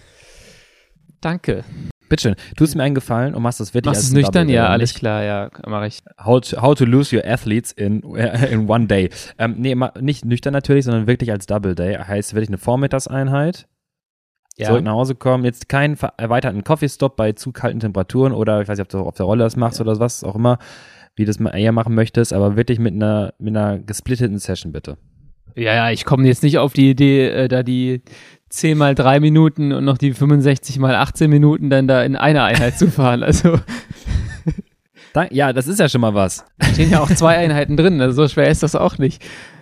B: danke.
A: Bitteschön, du hast mir einen Gefallen und machst das wirklich
B: als nüchtern? Ja, alles klar, ja, mache ich.
A: How to lose your athletes in one day. Nicht nüchtern natürlich, sondern wirklich als Double Day. Heißt wirklich eine Vormittagseinheit. Ja. Zurück nach Hause kommen. Jetzt keinen erweiterten Coffee-Stop bei zu kalten Temperaturen oder ich weiß nicht, ob du auf der Rolle das machst oder was auch immer, wie du das mal eher machen möchtest, aber wirklich mit einer gesplitteten Session bitte.
B: Ja, ich komme jetzt nicht auf die Idee, da die 10 mal 3 Minuten und noch die 65 mal 18 Minuten dann da in einer Einheit zu fahren. Also
A: ja, das ist ja schon mal was.
B: Da stehen ja auch 2 Einheiten drin, also so schwer ist das auch nicht.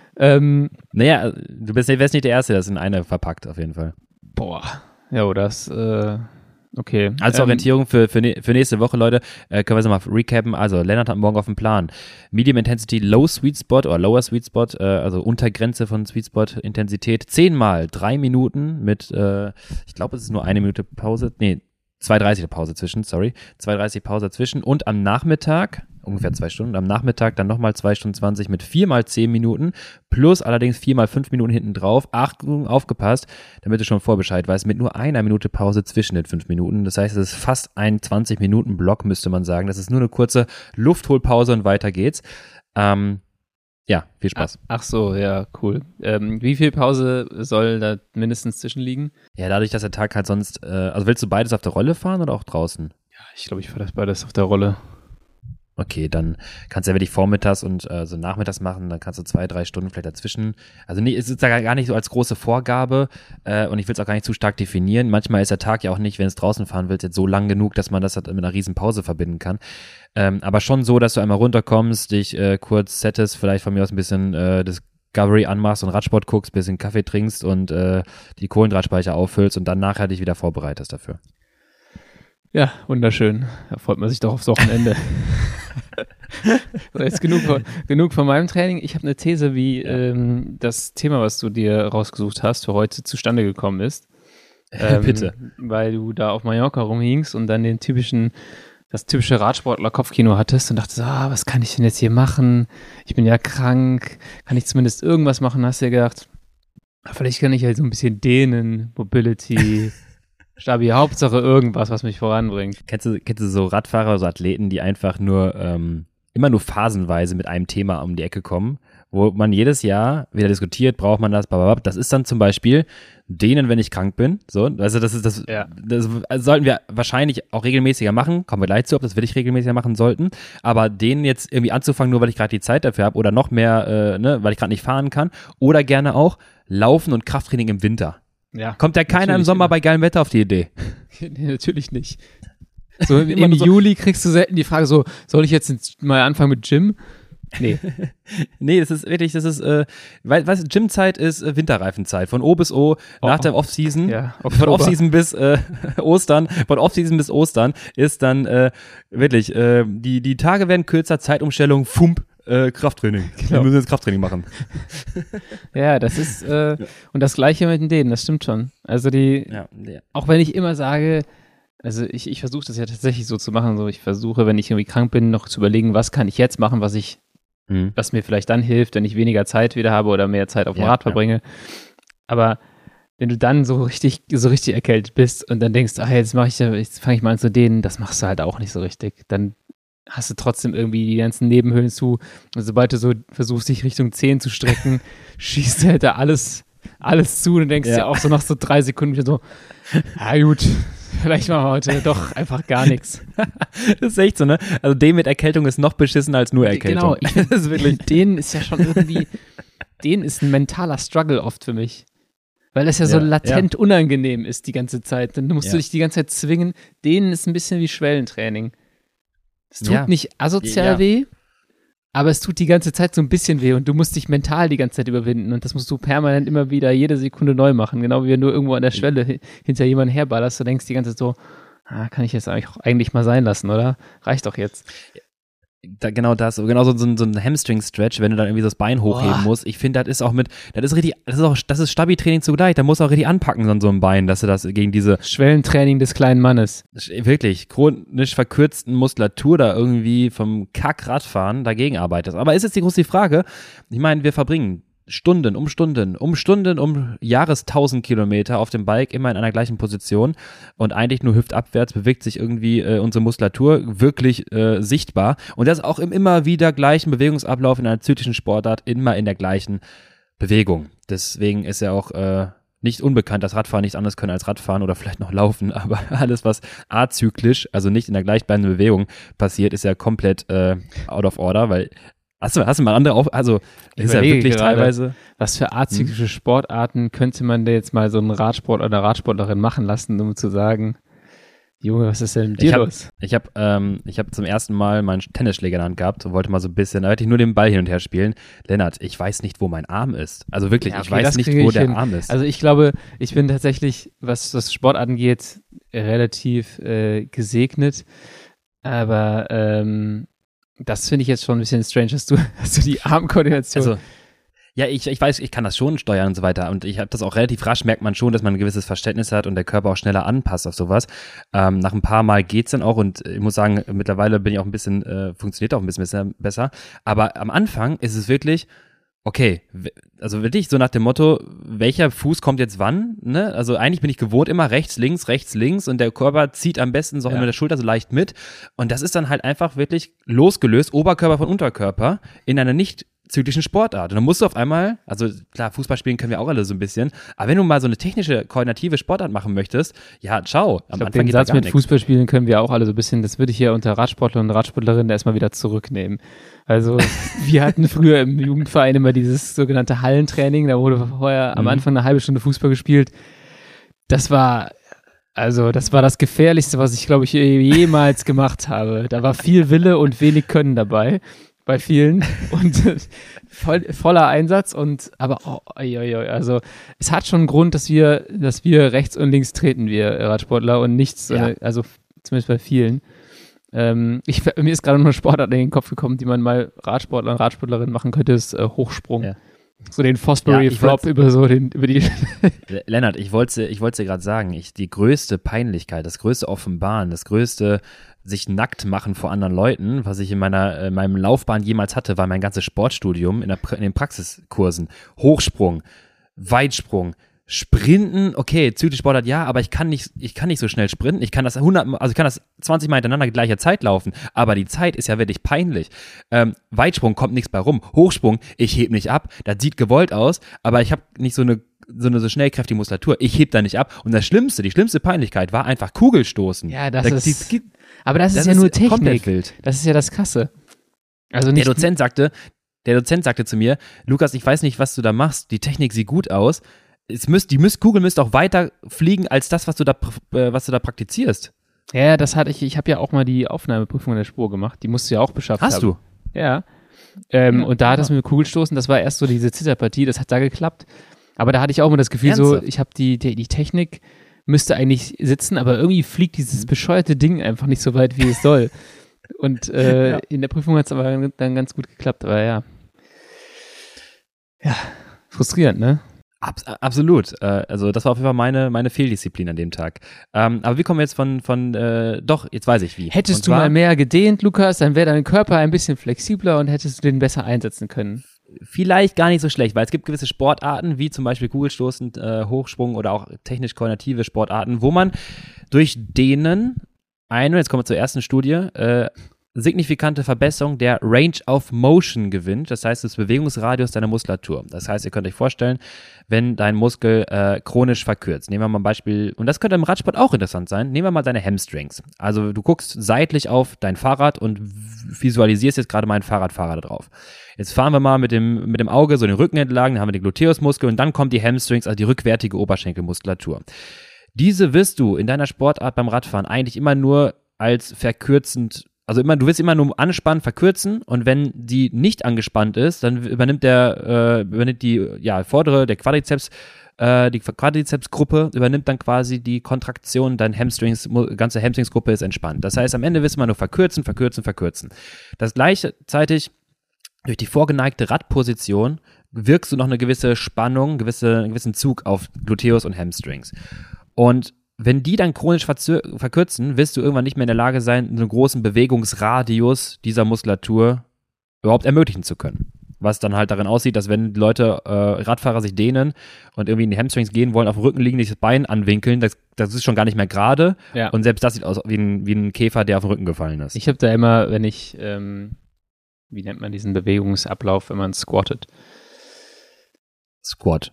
A: Naja, du wärst nicht der Erste, der das in eine verpackt, auf jeden Fall.
B: Boah, ja, das okay.
A: Als Orientierung für nächste Woche, Leute, können wir es nochmal recappen. Also, Lennart hat morgen auf dem Plan Medium Intensity, Low Sweet Spot oder Lower Sweet Spot, also Untergrenze von Sweet Spot Intensität, 10 mal 3 Minuten mit, ich glaube, es ist nur 1 Minute Pause, 2,30 Pause zwischen, 2,30 Pause dazwischen und am Nachmittag, ungefähr 2 Stunden, am Nachmittag dann nochmal 2 Stunden 20 mit 4 mal 10 Minuten plus allerdings 4 mal 5 Minuten hinten drauf. Achtung, aufgepasst, damit du schon Vorbescheid weißt, mit nur 1 Minute Pause zwischen den 5 Minuten. Das heißt, es ist fast ein 20-Minuten-Block, müsste man sagen. Das ist nur eine kurze Luftholpause und weiter geht's. Ja, viel Spaß.
B: Ach so, ja, cool. Wie viel Pause soll da mindestens zwischenliegen?
A: Ja, dadurch, dass der Tag halt sonst, also willst du beides auf der Rolle fahren oder auch draußen?
B: Ja, ich glaube, ich fahre das beides auf der Rolle.
A: Okay, dann kannst du ja wirklich vormittags und so nachmittags machen, dann kannst du 2-3 Stunden vielleicht dazwischen. Also es ist ja gar nicht so als große Vorgabe und ich will es auch gar nicht zu stark definieren. Manchmal ist der Tag ja auch nicht, wenn du draußen fahren willst, jetzt so lang genug, dass man das halt mit einer riesen Pause verbinden kann. Aber schon so, dass du einmal runterkommst, dich kurz settest, vielleicht von mir aus ein bisschen Discovery anmachst und Radsport guckst, ein bisschen Kaffee trinkst und die Kohlenhydratspeicher auffüllst und dann nachher dich wieder vorbereitest dafür.
B: Ja, wunderschön. Da freut man sich doch aufs Wochenende. So, jetzt genug von meinem Training. Ich habe eine These, wie das Thema, was du dir rausgesucht hast, für heute zustande gekommen ist.
A: Bitte.
B: Weil du da auf Mallorca rumhingst und dann das typische Radsportler-Kopfkino hattest und dachtest, was kann ich denn jetzt hier machen? Ich bin ja krank. Kann ich zumindest irgendwas machen? Hast du dir gedacht, Vielleicht kann ich halt so ein bisschen dehnen, Mobility, Stabi, Hauptsache irgendwas, was mich voranbringt.
A: Kennst du so Radfahrer, so Athleten, die einfach nur immer nur phasenweise mit einem Thema um die Ecke kommen, wo man jedes Jahr wieder diskutiert, braucht man das, blablabla. Das ist dann zum Beispiel dehnen, wenn ich krank bin. So, also das sollten wir wahrscheinlich auch regelmäßiger machen. Kommen wir gleich zu, ob das wirklich regelmäßiger machen sollten. Aber denen jetzt irgendwie anzufangen, nur weil ich gerade die Zeit dafür habe oder noch mehr, weil ich gerade nicht fahren kann. Oder gerne auch Laufen und Krafttraining im Winter.
B: Ja,
A: kommt ja keiner im Sommer bei geilem Wetter auf die Idee.
B: Nee, natürlich nicht. So im Juli kriegst du selten die Frage so, soll ich jetzt mal anfangen mit Gym? Nee.
A: Nee, das ist wirklich, weil Gymzeit ist Winterreifenzeit. Von O bis O, nach der Offseason, von Offseason bis Ostern, ist dann wirklich, die Tage werden kürzer, Zeitumstellung, Krafttraining. Genau. Wir müssen jetzt Krafttraining machen.
B: Ja, das ist, und das Gleiche mit denen, das stimmt schon. Also auch wenn ich immer sage, also ich versuche das ja tatsächlich so zu machen, so ich versuche, wenn ich irgendwie krank bin, noch zu überlegen, was kann ich jetzt machen, was mir vielleicht dann hilft, wenn ich weniger Zeit wieder habe oder mehr Zeit auf dem Rad verbringe. Aber wenn du dann so richtig erkältet bist und dann denkst, jetzt fange ich mal an zu dehnen, das machst du halt auch nicht so richtig. Dann hast du trotzdem irgendwie die ganzen Nebenhöhlen zu. Und sobald du so versuchst, dich Richtung 10 zu strecken, schießt du halt da alles zu und denkst dir auch so nach so 3 Sekunden wieder so, gut, vielleicht machen wir heute doch einfach gar nichts.
A: Das ist echt so, ne? Also den mit Erkältung ist noch beschissener als nur Erkältung.
B: Genau, das ist wirklich, denen ist ja schon irgendwie, denen ist ein mentaler Struggle oft für mich. Weil das ja so latent unangenehm ist die ganze Zeit. Dann musst du dich die ganze Zeit zwingen. Denen ist ein bisschen wie Schwellentraining. Es tut nicht asozial weh, aber es tut die ganze Zeit so ein bisschen weh und du musst dich mental die ganze Zeit überwinden und das musst du permanent immer wieder jede Sekunde neu machen. Genau wie wenn du irgendwo an der Schwelle hinter jemanden herballerst, du denkst die ganze Zeit so, kann ich jetzt eigentlich mal sein lassen, oder? Reicht doch jetzt.
A: Genau so ein Hamstring-Stretch, wenn du dann irgendwie so das Bein hochheben musst. Ich finde, das ist Stabi-Training zugleich. Da musst du auch richtig anpacken an so einem Bein, dass du das gegen diese
B: Schwellentraining des kleinen Mannes.
A: Wirklich chronisch verkürzten Muskulatur da irgendwie vom Kack-Radfahren dagegen arbeitest. Aber ist jetzt die große Frage, ich meine, wir verbringen Stunden um Jahres 1000 Kilometer auf dem Bike, immer in einer gleichen Position und eigentlich nur hüftabwärts bewegt sich irgendwie unsere Muskulatur wirklich sichtbar und das auch im immer wieder gleichen Bewegungsablauf in einer zyklischen Sportart, immer in der gleichen Bewegung. Deswegen ist ja auch nicht unbekannt, dass Radfahren nichts anderes können als Radfahren oder vielleicht noch Laufen, aber alles, was azyklisch, also nicht in der gleichbleibenden Bewegung passiert, ist ja komplett out of order, weil Hast du mal andere also ist ja wirklich gerade, teilweise.
B: Was für azyklische Sportarten könnte man da jetzt mal so einen Radsportler oder Radsportlerin machen lassen, um zu sagen, Junge, was ist denn mit dir los?
A: Ich hab zum ersten Mal meinen Tennisschläger in der Hand gehabt und wollte mal so ein bisschen, da hätte ich nur den Ball hin und her spielen. Lennart, ich weiß nicht, wo mein Arm ist. Also wirklich, ich weiß nicht, wo der Arm ist.
B: Also ich glaube, ich bin tatsächlich, was das Sport angeht, relativ gesegnet. Aber das finde ich jetzt schon ein bisschen strange, dass du die Armkoordination.
A: Also, ja, ich weiß, ich kann das schon steuern und so weiter und ich habe das auch relativ rasch, merkt man schon, dass man ein gewisses Verständnis hat und der Körper auch schneller anpasst auf sowas. Nach ein paar Mal geht's dann auch und ich muss sagen, mittlerweile bin ich auch ein bisschen, funktioniert auch ein bisschen besser. Aber am Anfang ist es wirklich, okay, also wirklich so nach dem Motto, welcher Fuß kommt jetzt wann, ne? Also eigentlich bin ich gewohnt immer rechts, links und der Körper zieht am besten so mit der Schulter so leicht mit und das ist dann halt einfach wirklich losgelöst, Oberkörper von Unterkörper in einer nicht zyklischen Sportart. Und dann musst du auf einmal, also klar, Fußball spielen können wir auch alle so ein bisschen, aber wenn du mal so eine technische, koordinative Sportart machen möchtest, ja, ciao.
B: Am Anfang den Satz mit Fußball spielen können wir auch alle so ein bisschen, das würde ich hier unter Radsportler und Radsportlerinnen erstmal wieder zurücknehmen. Also wir hatten früher im Jugendverein immer dieses sogenannte Hallentraining, da wurde vorher am Anfang eine halbe Stunde Fußball gespielt. Das war das Gefährlichste, was ich, glaube ich, jemals gemacht habe. Da war viel Wille und wenig Können dabei. Bei vielen und voller Einsatz aber also es hat schon einen Grund, dass wir rechts und links treten, wir Radsportler und nichts, also zumindest bei vielen. Mir ist gerade noch eine Sportart in den Kopf gekommen, die man mal Radsportler und Radsportlerinnen machen könnte, ist Hochsprung. Ja. So den Fosbury Flop über die
A: Lennart, ich wollte gerade sagen, die größte Peinlichkeit, das größte Offenbaren, das größte sich nackt machen vor anderen Leuten, was ich in meinem Laufbahn jemals hatte, war mein ganzes Sportstudium in den Praxiskursen. Hochsprung, Weitsprung, Sprinten, okay, Zyklensportart ja, aber ich kann nicht so schnell sprinten. Ich kann das 20 Mal hintereinander gleicher Zeit laufen, aber die Zeit ist ja wirklich peinlich. Weitsprung kommt nichts bei rum. Hochsprung, ich heb nicht ab. Das sieht gewollt aus, aber ich habe nicht so eine schnell kräftige Muskulatur. Ich heb da nicht ab. Und die schlimmste Peinlichkeit war einfach Kugelstoßen.
B: Ja, das ist ja nur Technik.
A: Komplett wild.
B: Das ist ja das Krasse. Also nicht
A: Der Dozent sagte zu mir, Lukas, ich weiß nicht, was du da machst. Die Technik sieht gut aus. Die Kugel müsste auch weiter fliegen als das, was du da praktizierst.
B: Ja, das hatte ich. Ich habe ja auch mal die Aufnahmeprüfung in der Spur gemacht. Die musst du ja auch beschafft haben.
A: Hast du?
B: Ja. Und da hat das mit dem Kugelstoßen, das war erst so diese Zitterpartie, das hat da geklappt. Aber da hatte ich auch immer das Gefühl,
A: Ernsthaft?
B: so, ich habe die Technik müsste eigentlich sitzen, aber irgendwie fliegt dieses bescheuerte Ding einfach nicht so weit, wie es soll. Und in der Prüfung hat es aber dann ganz gut geklappt. Aber ja, frustrierend, ne?
A: Absolut. Also das war auf jeden Fall meine Fehldisziplin an dem Tag. Aber wie kommen wir jetzt doch, jetzt weiß ich wie.
B: Hättest du mal mehr gedehnt, Lukas, dann wäre dein Körper ein bisschen flexibler und hättest du den besser einsetzen können.
A: Vielleicht gar nicht so schlecht, weil es gibt gewisse Sportarten, wie zum Beispiel Kugelstoßen, Hochsprung oder auch technisch koordinative Sportarten, wo man durch Dehnen jetzt kommen wir zur ersten Studie, signifikante Verbesserung der Range of Motion gewinnt, das heißt des Bewegungsradius deiner Muskulatur. Das heißt, ihr könnt euch vorstellen, wenn dein Muskel chronisch verkürzt. Nehmen wir mal ein Beispiel, und das könnte im Radsport auch interessant sein, nehmen wir mal deine Hamstrings. Also du guckst seitlich auf dein Fahrrad und visualisierst jetzt gerade mal einen Fahrradfahrer da drauf. Jetzt fahren wir mal mit dem Auge so den Rücken entlang, dann haben wir den Gluteusmuskel und dann kommt die Hamstrings, also die rückwärtige Oberschenkelmuskulatur. Diese wirst du in deiner Sportart beim Radfahren eigentlich immer nur als verkürzend, also du willst immer nur anspannen, verkürzen, und wenn die nicht angespannt ist, dann übernimmt die Quadrizepsgruppe übernimmt dann quasi die Kontraktion, ganze Hamstringsgruppe ist entspannt. Das heißt, am Ende willst du immer nur verkürzen. Das gleichzeitig durch die vorgeneigte Radposition wirkst du noch eine gewisse Spannung, einen gewissen Zug auf Gluteus und Hamstrings. Und wenn die dann chronisch verkürzen, wirst du irgendwann nicht mehr in der Lage sein, einen großen Bewegungsradius dieser Muskulatur überhaupt ermöglichen zu können. Was dann halt darin aussieht, dass wenn Leute, Radfahrer sich dehnen und irgendwie in die Hamstrings gehen wollen, auf dem Rücken liegen, sich das Bein anwinkeln, das ist schon gar nicht mehr gerade. Ja. Und selbst das sieht aus wie ein Käfer, der auf den Rücken gefallen ist.
B: Ich habe da immer, wenn ich, wie nennt man diesen Bewegungsablauf, wenn man squattet?
A: Squat.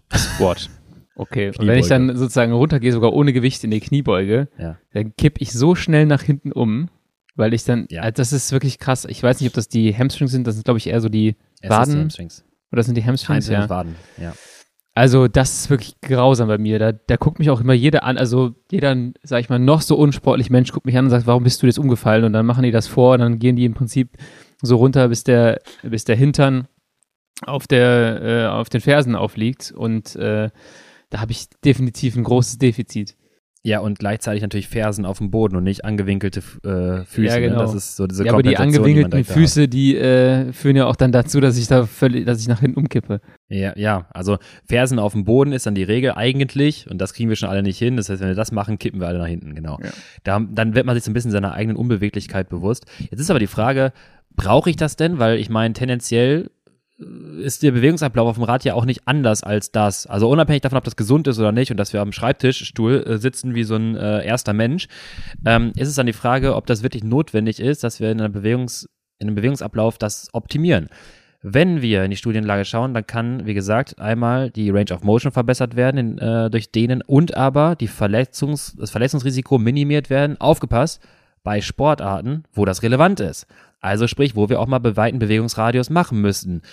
B: Okay, und wenn ich dann sozusagen runtergehe, sogar ohne Gewicht in die Kniebeuge, dann kipp ich so schnell nach hinten um, weil ich dann, also das ist wirklich krass. Ich weiß nicht, ob das die Hamstrings sind, das sind, glaube ich, eher so die Waden.
A: Hamstrings.
B: Oder sind die Hamstrings?
A: Ja, Waden, ja.
B: Also das ist wirklich grausam bei mir. Da guckt mich auch immer jeder an, also jeder, sag ich mal, noch so unsportlich Mensch guckt mich an und sagt, warum bist du jetzt umgefallen? Und dann machen die das vor und dann gehen die im Prinzip so runter, bis der Hintern auf den Fersen aufliegt, und da habe ich definitiv ein großes Defizit.
A: Ja, und gleichzeitig natürlich Fersen auf dem Boden und nicht angewinkelte Füße. Ja,
B: genau.
A: Ne? Das ist so diese
B: aber die angewinkelten Füße, die führen ja auch dann dazu, dass ich nach hinten umkippe.
A: Ja, also Fersen auf dem Boden ist dann die Regel eigentlich, und das kriegen wir schon alle nicht hin. Das heißt, wenn wir das machen, kippen wir alle nach hinten, genau. Ja. Dann wird man sich so ein bisschen seiner eigenen Unbeweglichkeit bewusst. Jetzt ist aber die Frage, brauche ich das denn? Weil ich meine, tendenziell ist der Bewegungsablauf auf dem Rad ja auch nicht anders als das. Also unabhängig davon, ob das gesund ist oder nicht und dass wir am Schreibtischstuhl sitzen wie so ein erster Mensch, ist es dann die Frage, ob das wirklich notwendig ist, dass wir in einem Bewegungsablauf das optimieren. Wenn wir in die Studienlage schauen, dann kann, wie gesagt, einmal die Range of Motion verbessert werden durch Dehnen und aber das Verletzungsrisiko minimiert werden. Aufgepasst, bei Sportarten, wo das relevant ist. Also sprich, wo wir auch mal weiten Bewegungsradius machen müssten.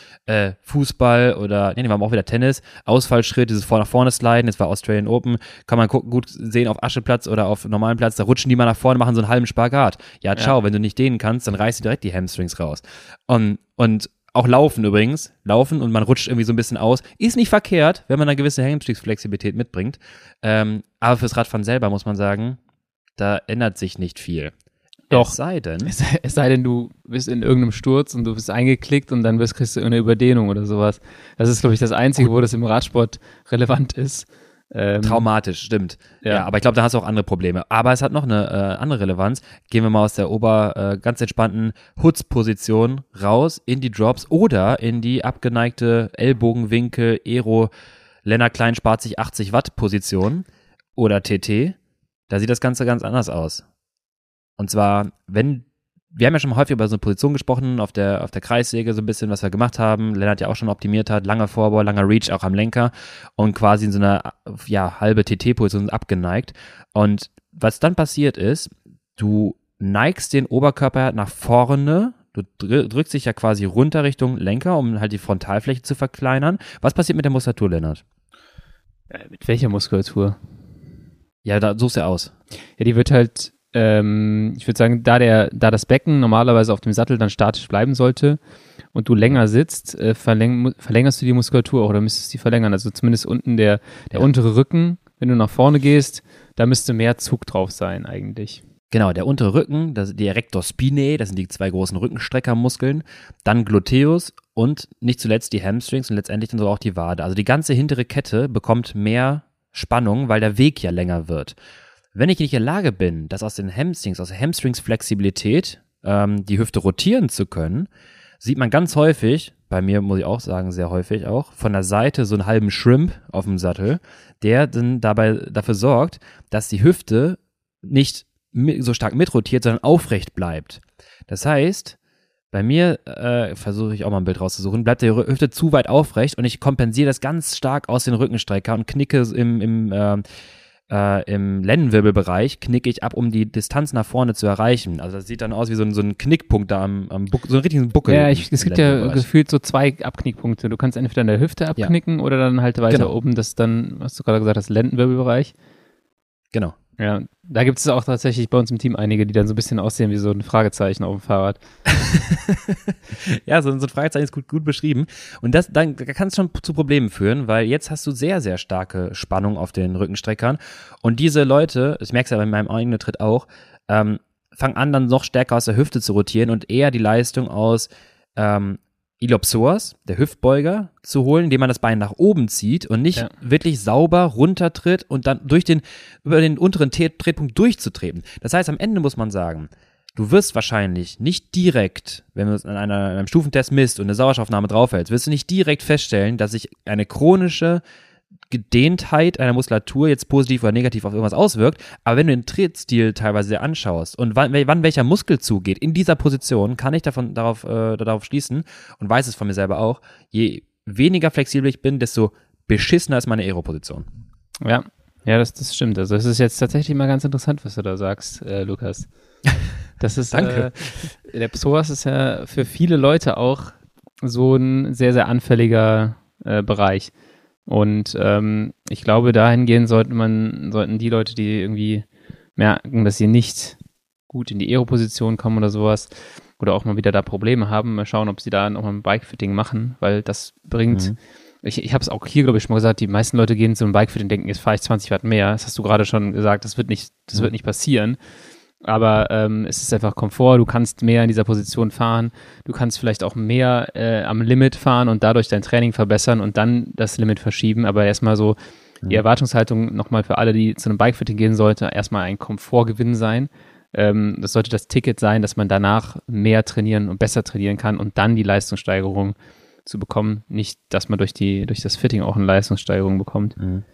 A: Fußball oder, nehmen wir mal auch wieder Tennis, Ausfallschritt, dieses nach vorne sliden, jetzt war Australian Open, kann man gut sehen auf Ascheplatz oder auf normalem Platz, da rutschen die mal nach vorne, machen so einen halben Spagat. Ja, ciao, wenn du nicht dehnen kannst, dann reißt du direkt die Hamstrings raus. Und auch Laufen übrigens, und man rutscht irgendwie so ein bisschen aus, ist nicht verkehrt, wenn man eine gewisse Hamstringsflexibilität mitbringt. Aber fürs Radfahren selber muss man sagen, da ändert sich nicht viel.
B: Doch.
A: Es sei
B: denn, du bist in irgendeinem Sturz und du bist eingeklickt und dann kriegst du eine Überdehnung oder sowas. Das ist, glaube ich, das Einzige, wo das im Radsport relevant ist.
A: Traumatisch, stimmt. Ja, aber ich glaube, da hast du auch andere Probleme. Aber es hat noch eine andere Relevanz. Gehen wir mal aus der ganz entspannten Hutz-Position raus in die Drops oder in die abgeneigte Ellbogenwinkel, Lennart Klein spart sich 80 Watt Position oder TT, da sieht das Ganze ganz anders aus. Und zwar, wir haben ja schon mal häufig über so eine Position gesprochen, auf der Kreissäge so ein bisschen, was wir gemacht haben. Lennart ja auch schon optimiert hat, langer Vorbau, langer Reach auch am Lenker und quasi in so einer, halbe TT-Position abgeneigt. Und was dann passiert ist, du neigst den Oberkörper nach vorne, du drückst dich ja quasi runter Richtung Lenker, um halt die Frontalfläche zu verkleinern. Was passiert mit der Muskulatur, Lennart?
B: Mit welcher Muskulatur?
A: Ja, da suchst du aus.
B: Ja, die wird halt, ich würde sagen, da das Becken normalerweise auf dem Sattel dann statisch bleiben sollte und du länger sitzt, verlängerst du die Muskulatur auch oder müsstest die verlängern. Also zumindest unten der untere Rücken, wenn du nach vorne gehst, da müsste mehr Zug drauf sein eigentlich.
A: Genau, der untere Rücken, die Erector spinae, das sind die 2 großen Rückenstreckermuskeln, dann Gluteus und nicht zuletzt die Hamstrings und letztendlich dann so auch die Wade. Also die ganze hintere Kette bekommt mehr Spannung, weil der Weg ja länger wird. Wenn ich nicht in der Lage bin, das aus der Hamstrings-Flexibilität, die Hüfte rotieren zu können, sieht man ganz häufig, bei mir muss ich auch sagen, sehr häufig auch, von der Seite so einen halben Shrimp auf dem Sattel, der dann dafür sorgt, dass die Hüfte nicht so stark mitrotiert, sondern aufrecht bleibt. Das heißt, bei mir, versuche ich auch mal ein Bild rauszusuchen, bleibt die Hüfte zu weit aufrecht und ich kompensiere das ganz stark aus den Rückenstrecker und knicke im Lendenwirbelbereich, knicke ich ab, um die Distanz nach vorne zu erreichen. Also das sieht dann aus wie so ein Knickpunkt da am Buckel, so einen richtigen Buckel.
B: Ja, es gibt ja gefühlt so 2 Abknickpunkte. Du kannst entweder an der Hüfte abknicken oder dann halt weiter oben, das dann, was du gerade gesagt hast, Lendenwirbelbereich.
A: Genau.
B: Ja, da gibt es auch tatsächlich bei uns im Team einige, die dann so ein bisschen aussehen wie so ein Fragezeichen auf dem Fahrrad.
A: Ja, so ein Fragezeichen ist gut beschrieben. Und dann kann es schon zu Problemen führen, weil jetzt hast du sehr, sehr starke Spannung auf den Rückenstreckern. Und diese Leute, ich merke es ja bei meinem eigenen Tritt auch, fangen an, dann noch stärker aus der Hüfte zu rotieren und eher die Leistung aus Iliopsoas, der Hüftbeuger, zu holen, indem man das Bein nach oben zieht und nicht wirklich sauber runtertritt und dann über den unteren Tretpunkt durchzutreten. Das heißt, am Ende muss man sagen, du wirst wahrscheinlich nicht direkt, wenn du es an einem Stufentest misst und eine Sauerstoffaufnahme draufhältst, wirst du nicht direkt feststellen, dass sich eine chronische Gedehntheit einer Muskulatur jetzt positiv oder negativ auf irgendwas auswirkt, aber wenn du den Trettstil teilweise anschaust und wann welcher Muskel zugeht in dieser Position, kann ich darauf schließen und weiß es von mir selber auch, je weniger flexibel ich bin, desto beschissener ist meine Aeroposition.
B: Ja, das stimmt. Also es ist jetzt tatsächlich mal ganz interessant, was du da sagst, Lukas. Das ist,
A: Danke.
B: Der Psoas ist ja für viele Leute auch so ein sehr, sehr anfälliger Bereich. Und ich glaube, dahingehend sollten die Leute, die irgendwie merken, dass sie nicht gut in die Aero-Position kommen oder sowas, oder auch mal wieder da Probleme haben, mal schauen, ob sie da nochmal ein Bikefitting machen, weil das bringt, ich habe es auch hier, glaube ich, schon mal gesagt, die meisten Leute gehen zu einem Bikefitting und denken, jetzt fahre ich 20 Watt mehr. Das hast du gerade schon gesagt, das wird nicht passieren. Aber es ist einfach Komfort, du kannst mehr in dieser Position fahren, du kannst vielleicht auch mehr am Limit fahren und dadurch dein Training verbessern und dann das Limit verschieben, aber erstmal so die Erwartungshaltung nochmal für alle, die zu einem Bikefitting gehen sollte, erstmal ein Komfortgewinn sein. Das sollte das Ticket sein, dass man danach mehr trainieren und besser trainieren kann und dann die Leistungssteigerung zu bekommen, nicht, dass man durch das Fitting auch eine Leistungssteigerung bekommt.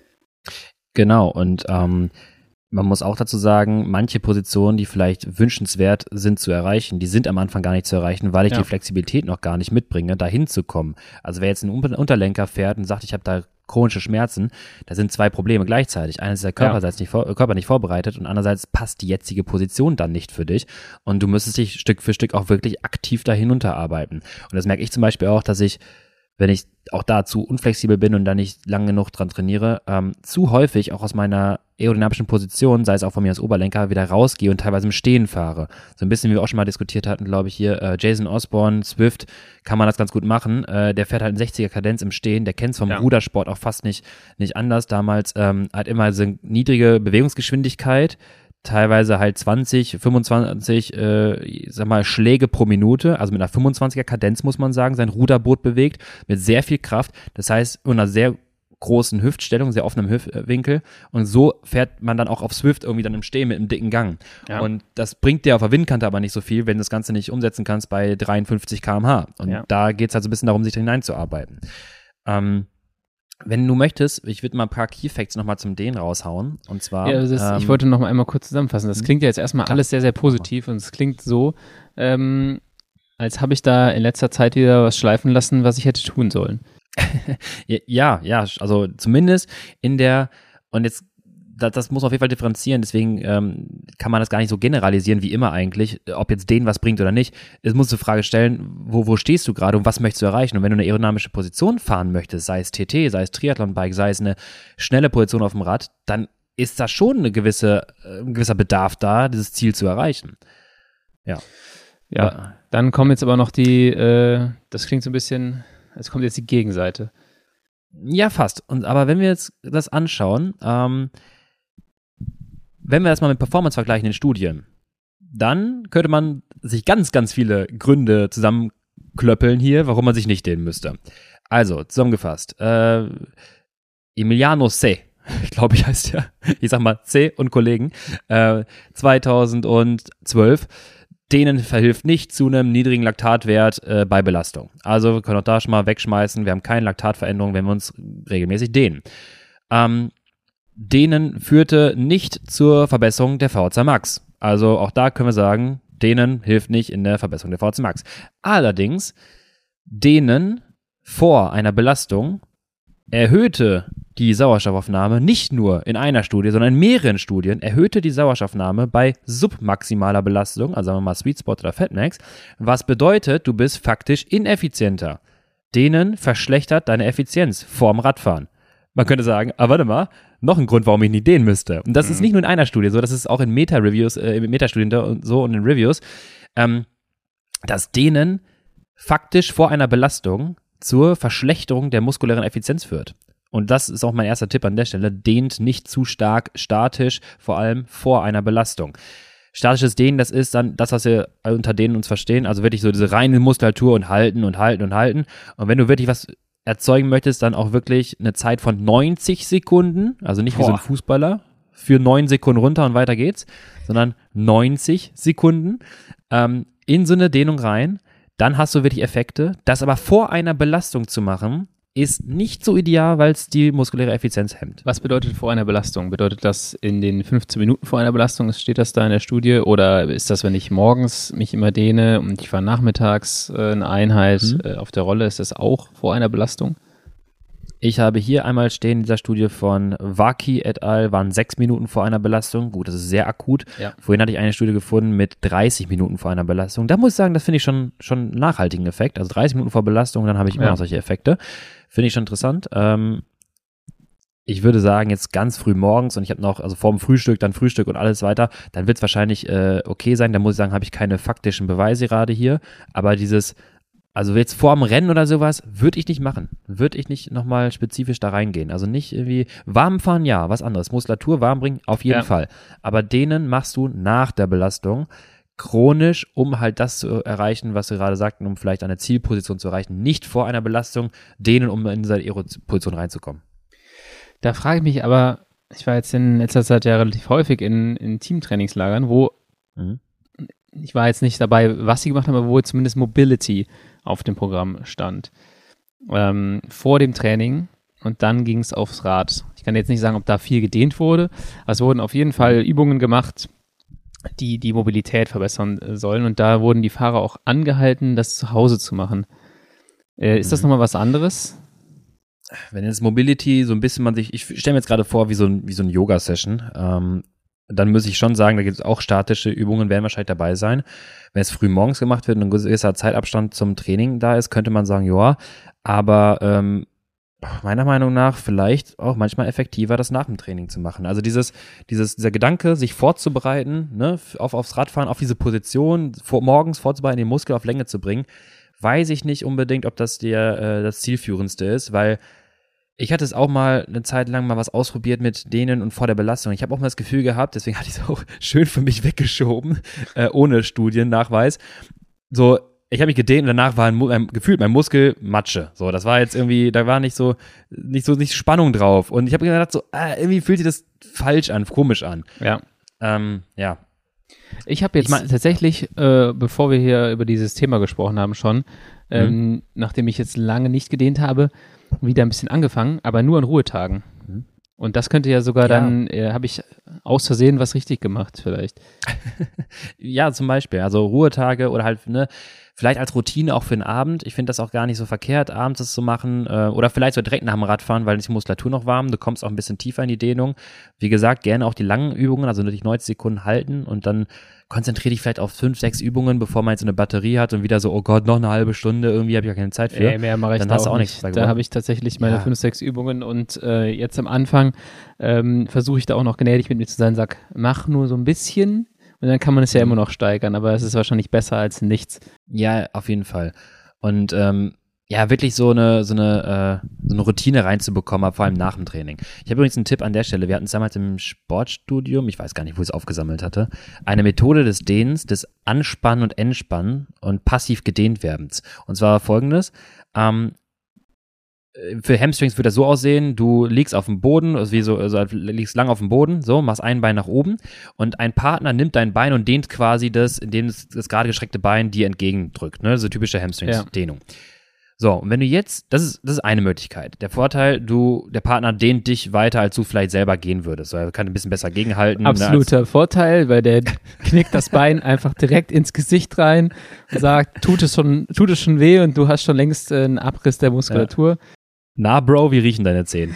A: Genau, und man muss auch dazu sagen, manche Positionen, die vielleicht wünschenswert sind zu erreichen, die sind am Anfang gar nicht zu erreichen, weil ich die Flexibilität noch gar nicht mitbringe, da hinzukommen. Also wer jetzt einen Unterlenker fährt und sagt, ich habe da chronische Schmerzen, da sind 2 Probleme gleichzeitig. Einerseits ist der Körper nicht vorbereitet und andererseits passt die jetzige Position dann nicht für dich und du müsstest dich Stück für Stück auch wirklich aktiv da hinunterarbeiten. Und das merke ich zum Beispiel auch, dass ich, wenn ich auch da zu unflexibel bin und da nicht lang genug dran trainiere, zu häufig auch aus meiner aerodynamischen Position, sei es auch von mir als Oberlenker, wieder rausgehe und teilweise im Stehen fahre. So ein bisschen, wie wir auch schon mal diskutiert hatten, glaube ich, hier Jason Osborne, Zwift, kann man das ganz gut machen. Der fährt halt in 60er Kadenz im Stehen, der kennt es vom Rudersport auch fast nicht anders. Damals hat immer so eine niedrige Bewegungsgeschwindigkeit, teilweise halt 20, 25, Schläge pro Minute, also mit einer 25er Kadenz muss man sagen, sein Ruderboot bewegt, mit sehr viel Kraft, das heißt, in einer sehr großen Hüftstellung, sehr offenem Hüftwinkel und so fährt man dann auch auf Zwift irgendwie dann im Stehen mit einem dicken Gang. Ja. Und das bringt dir auf der Windkante aber nicht so viel, wenn du das Ganze nicht umsetzen kannst bei 53 km/h. Und da geht es halt so ein bisschen darum, sich da hineinzuarbeiten. Wenn du möchtest, ich würde mal ein paar Key Facts nochmal zum Dehnen raushauen. Und zwar.
B: Ja, ich wollte noch mal einmal kurz zusammenfassen. Das klingt ja jetzt erstmal alles sehr, sehr positiv und es klingt so, als habe ich da in letzter Zeit wieder was schleifen lassen, was ich hätte tun sollen.
A: Ja, also zumindest in der, und jetzt, das muss man auf jeden Fall differenzieren, deswegen kann man das gar nicht so generalisieren wie immer eigentlich, ob jetzt denen was bringt oder nicht. Es muss die Frage stellen, wo stehst du gerade und was möchtest du erreichen? Und wenn du eine aerodynamische Position fahren möchtest, sei es TT, sei es Triathlon-Bike, sei es eine schnelle Position auf dem Rad, dann ist da schon ein gewisser Bedarf da, dieses Ziel zu erreichen.
B: Ja, dann kommen jetzt aber noch das klingt so ein bisschen, es kommt jetzt die Gegenseite.
A: Ja, fast. Aber wenn wir jetzt das anschauen, wenn wir das mal mit Performance vergleichen in Studien, dann könnte man sich ganz, ganz viele Gründe zusammenklöppeln hier, warum man sich nicht dehnen müsste. Also, zusammengefasst, Emiliano C., ich glaube, ich heißt ja, ich sag mal C. und Kollegen, 2012, denen verhilft nicht zu einem niedrigen Laktatwert bei Belastung. Also wir können auch da schon mal wegschmeißen, wir haben keine Laktatveränderung, wenn wir uns regelmäßig dehnen. Dehnen führte nicht zur Verbesserung der VO2 Max. Also auch da können wir sagen, Dehnen hilft nicht in der Verbesserung der VO2 Max. Allerdings, Dehnen vor einer Belastung erhöhte die Sauerstoffaufnahme nicht nur in einer Studie, sondern in mehreren Studien erhöhte die Sauerstoffaufnahme bei submaximaler Belastung, also sagen wir mal Sweet Spot oder Fatmax, was bedeutet, du bist faktisch ineffizienter. Dehnen verschlechtert deine Effizienz vorm Radfahren. Man könnte sagen, warte mal, noch ein Grund, warum ich nicht dehnen müsste. Und das ist nicht nur in einer Studie so, das ist auch in Meta-Reviews, Metastudien und so und in Reviews, dass Dehnen faktisch vor einer Belastung zur Verschlechterung der muskulären Effizienz führt. Und das ist auch mein erster Tipp an der Stelle, dehnt nicht zu stark statisch, vor allem vor einer Belastung. Statisches Dehnen, das ist dann das, was wir unter Dehnen uns verstehen, also wirklich so diese reine Muskulatur und halten und halten und halten. Und wenn du wirklich was erzeugen möchtest, dann auch wirklich eine Zeit von 90 Sekunden, also nicht wie so ein Fußballer, für 9 Sekunden runter und weiter geht's, sondern 90 Sekunden in so eine Dehnung rein, dann hast du wirklich Effekte. Das aber vor einer Belastung zu machen, ist nicht so ideal, weil es die muskuläre Effizienz hemmt.
B: Was bedeutet vor einer Belastung? Bedeutet das in den 15 Minuten vor einer Belastung? Steht das da in der Studie? Oder ist das, wenn ich morgens mich immer dehne und ich fahre nachmittags eine Einheit auf der Rolle, ist das auch vor einer Belastung?
A: Ich habe hier einmal stehen in dieser Studie von Waki et al. Waren 6 Minuten vor einer Belastung. Gut, das ist sehr akut. Ja. Vorhin hatte ich eine Studie gefunden mit 30 Minuten vor einer Belastung. Da muss ich sagen, das finde ich schon einen nachhaltigen Effekt. Also 30 Minuten vor Belastung, dann habe ich immer noch solche Effekte. Finde ich schon interessant. Ich würde sagen, jetzt ganz früh morgens und ich habe noch, also vorm Frühstück, dann Frühstück und alles weiter, dann wird es wahrscheinlich okay sein. Da muss ich sagen, habe ich keine faktischen Beweise gerade hier. Aber also jetzt vor dem Rennen oder sowas, würde ich nicht machen. Würde ich nicht nochmal spezifisch da reingehen. Also nicht irgendwie warm fahren, ja, was anderes. Muskulatur warm bringen, auf jeden Fall. Aber denen machst du nach der Belastung chronisch, um halt das zu erreichen, was wir gerade sagten, um vielleicht eine Zielposition zu erreichen. Nicht vor einer Belastung, dehnen, um in diese Aero-Position reinzukommen.
B: Da frage ich mich aber, ich war jetzt in letzter Zeit ja relativ häufig in Teamtrainingslagern, wo ich war jetzt nicht dabei, was sie gemacht haben, aber wo zumindest Mobility auf dem Programm stand. Vor dem Training und dann ging es aufs Rad. Ich kann jetzt nicht sagen, ob da viel gedehnt wurde, aber es wurden auf jeden Fall Übungen gemacht, die Mobilität verbessern sollen und da wurden die Fahrer auch angehalten, das zu Hause zu machen. Ist das nochmal was anderes?
A: Wenn jetzt Mobility so ein bisschen ich stelle mir jetzt gerade vor, wie so ein Yoga-Session, dann muss ich schon sagen, da gibt es auch statische Übungen, werden wahrscheinlich dabei sein. Wenn es früh morgens gemacht wird und ein gewisser Zeitabstand zum Training da ist, könnte man sagen, ja, aber meiner Meinung nach vielleicht auch manchmal effektiver, das nach dem Training zu machen. Also dieser Gedanke, sich vorzubereiten, ne, aufs Radfahren, auf diese Position, morgens vorzubereiten, den Muskel auf Länge zu bringen, weiß ich nicht unbedingt, ob das das Zielführendste ist, weil ich hatte es auch mal eine Zeit lang mal was ausprobiert mit denen und vor der Belastung. Ich habe auch mal das Gefühl gehabt, deswegen hatte ich es auch schön für mich weggeschoben, ohne Studiennachweis. So, ich habe mich gedehnt und danach war gefühlt mein Muskel Matsche. So, das war jetzt irgendwie, da war nicht Spannung drauf. Und ich habe gedacht so, irgendwie fühlt sich das falsch an, komisch an.
B: Ja.
A: Ja.
B: Ich habe jetzt tatsächlich, bevor wir hier über dieses Thema gesprochen haben schon, nachdem ich jetzt lange nicht gedehnt habe, wieder ein bisschen angefangen, aber nur an Ruhetagen. Und das könnte ja sogar dann, habe ich aus Versehen was richtig gemacht vielleicht.
A: Ja, zum Beispiel, also Ruhetage oder halt, ne, vielleicht als Routine auch für den Abend. Ich finde das auch gar nicht so verkehrt, abends das zu machen oder vielleicht so direkt nach dem Radfahren, weil ist die Muskulatur noch warm, du kommst auch ein bisschen tiefer in die Dehnung. Wie gesagt, gerne auch die langen Übungen, also natürlich 90 Sekunden halten und dann konzentriere dich vielleicht auf 5, 6 Übungen, bevor man jetzt so eine Batterie hat und wieder so, oh Gott, noch eine halbe Stunde, irgendwie habe ich ja keine Zeit für.
B: Mehr mache ich
A: dann
B: da
A: hast du auch
B: nicht.
A: nichts.
B: Da habe ich tatsächlich meine 5, 6 Übungen und jetzt am Anfang versuche ich da auch noch gnädig mit mir zu sein, sag, mach nur so ein bisschen und dann kann man es ja immer noch steigern, aber es ist wahrscheinlich besser als nichts.
A: Ja, auf jeden Fall. Und ja, wirklich so eine Routine reinzubekommen, vor allem nach dem Training. Ich habe übrigens einen Tipp an der Stelle. Wir hatten es damals im Sportstudium, ich weiß gar nicht, wo ich es aufgesammelt hatte, eine Methode des Dehnens, des Anspannen und Entspannen und passiv gedehnt werdens. Und zwar folgendes, für Hamstrings wird das so aussehen, du liegst auf dem Boden, liegst lang auf dem Boden, so, machst ein Bein nach oben und ein Partner nimmt dein Bein und dehnt quasi indem das gerade gestreckte Bein dir entgegendrückt, ne, so typische Hamstrings-Dehnung. So, und wenn du jetzt, das ist eine Möglichkeit. Der Vorteil, der Partner dehnt dich weiter, als du vielleicht selber gehen würdest. Er kann ein bisschen besser gegenhalten.
B: Absoluter Vorteil, weil der knickt das Bein einfach direkt ins Gesicht rein und sagt, tut es schon weh und du hast schon längst einen Abriss der Muskulatur. Ja.
A: Na, Bro, wie riechen deine Zähne?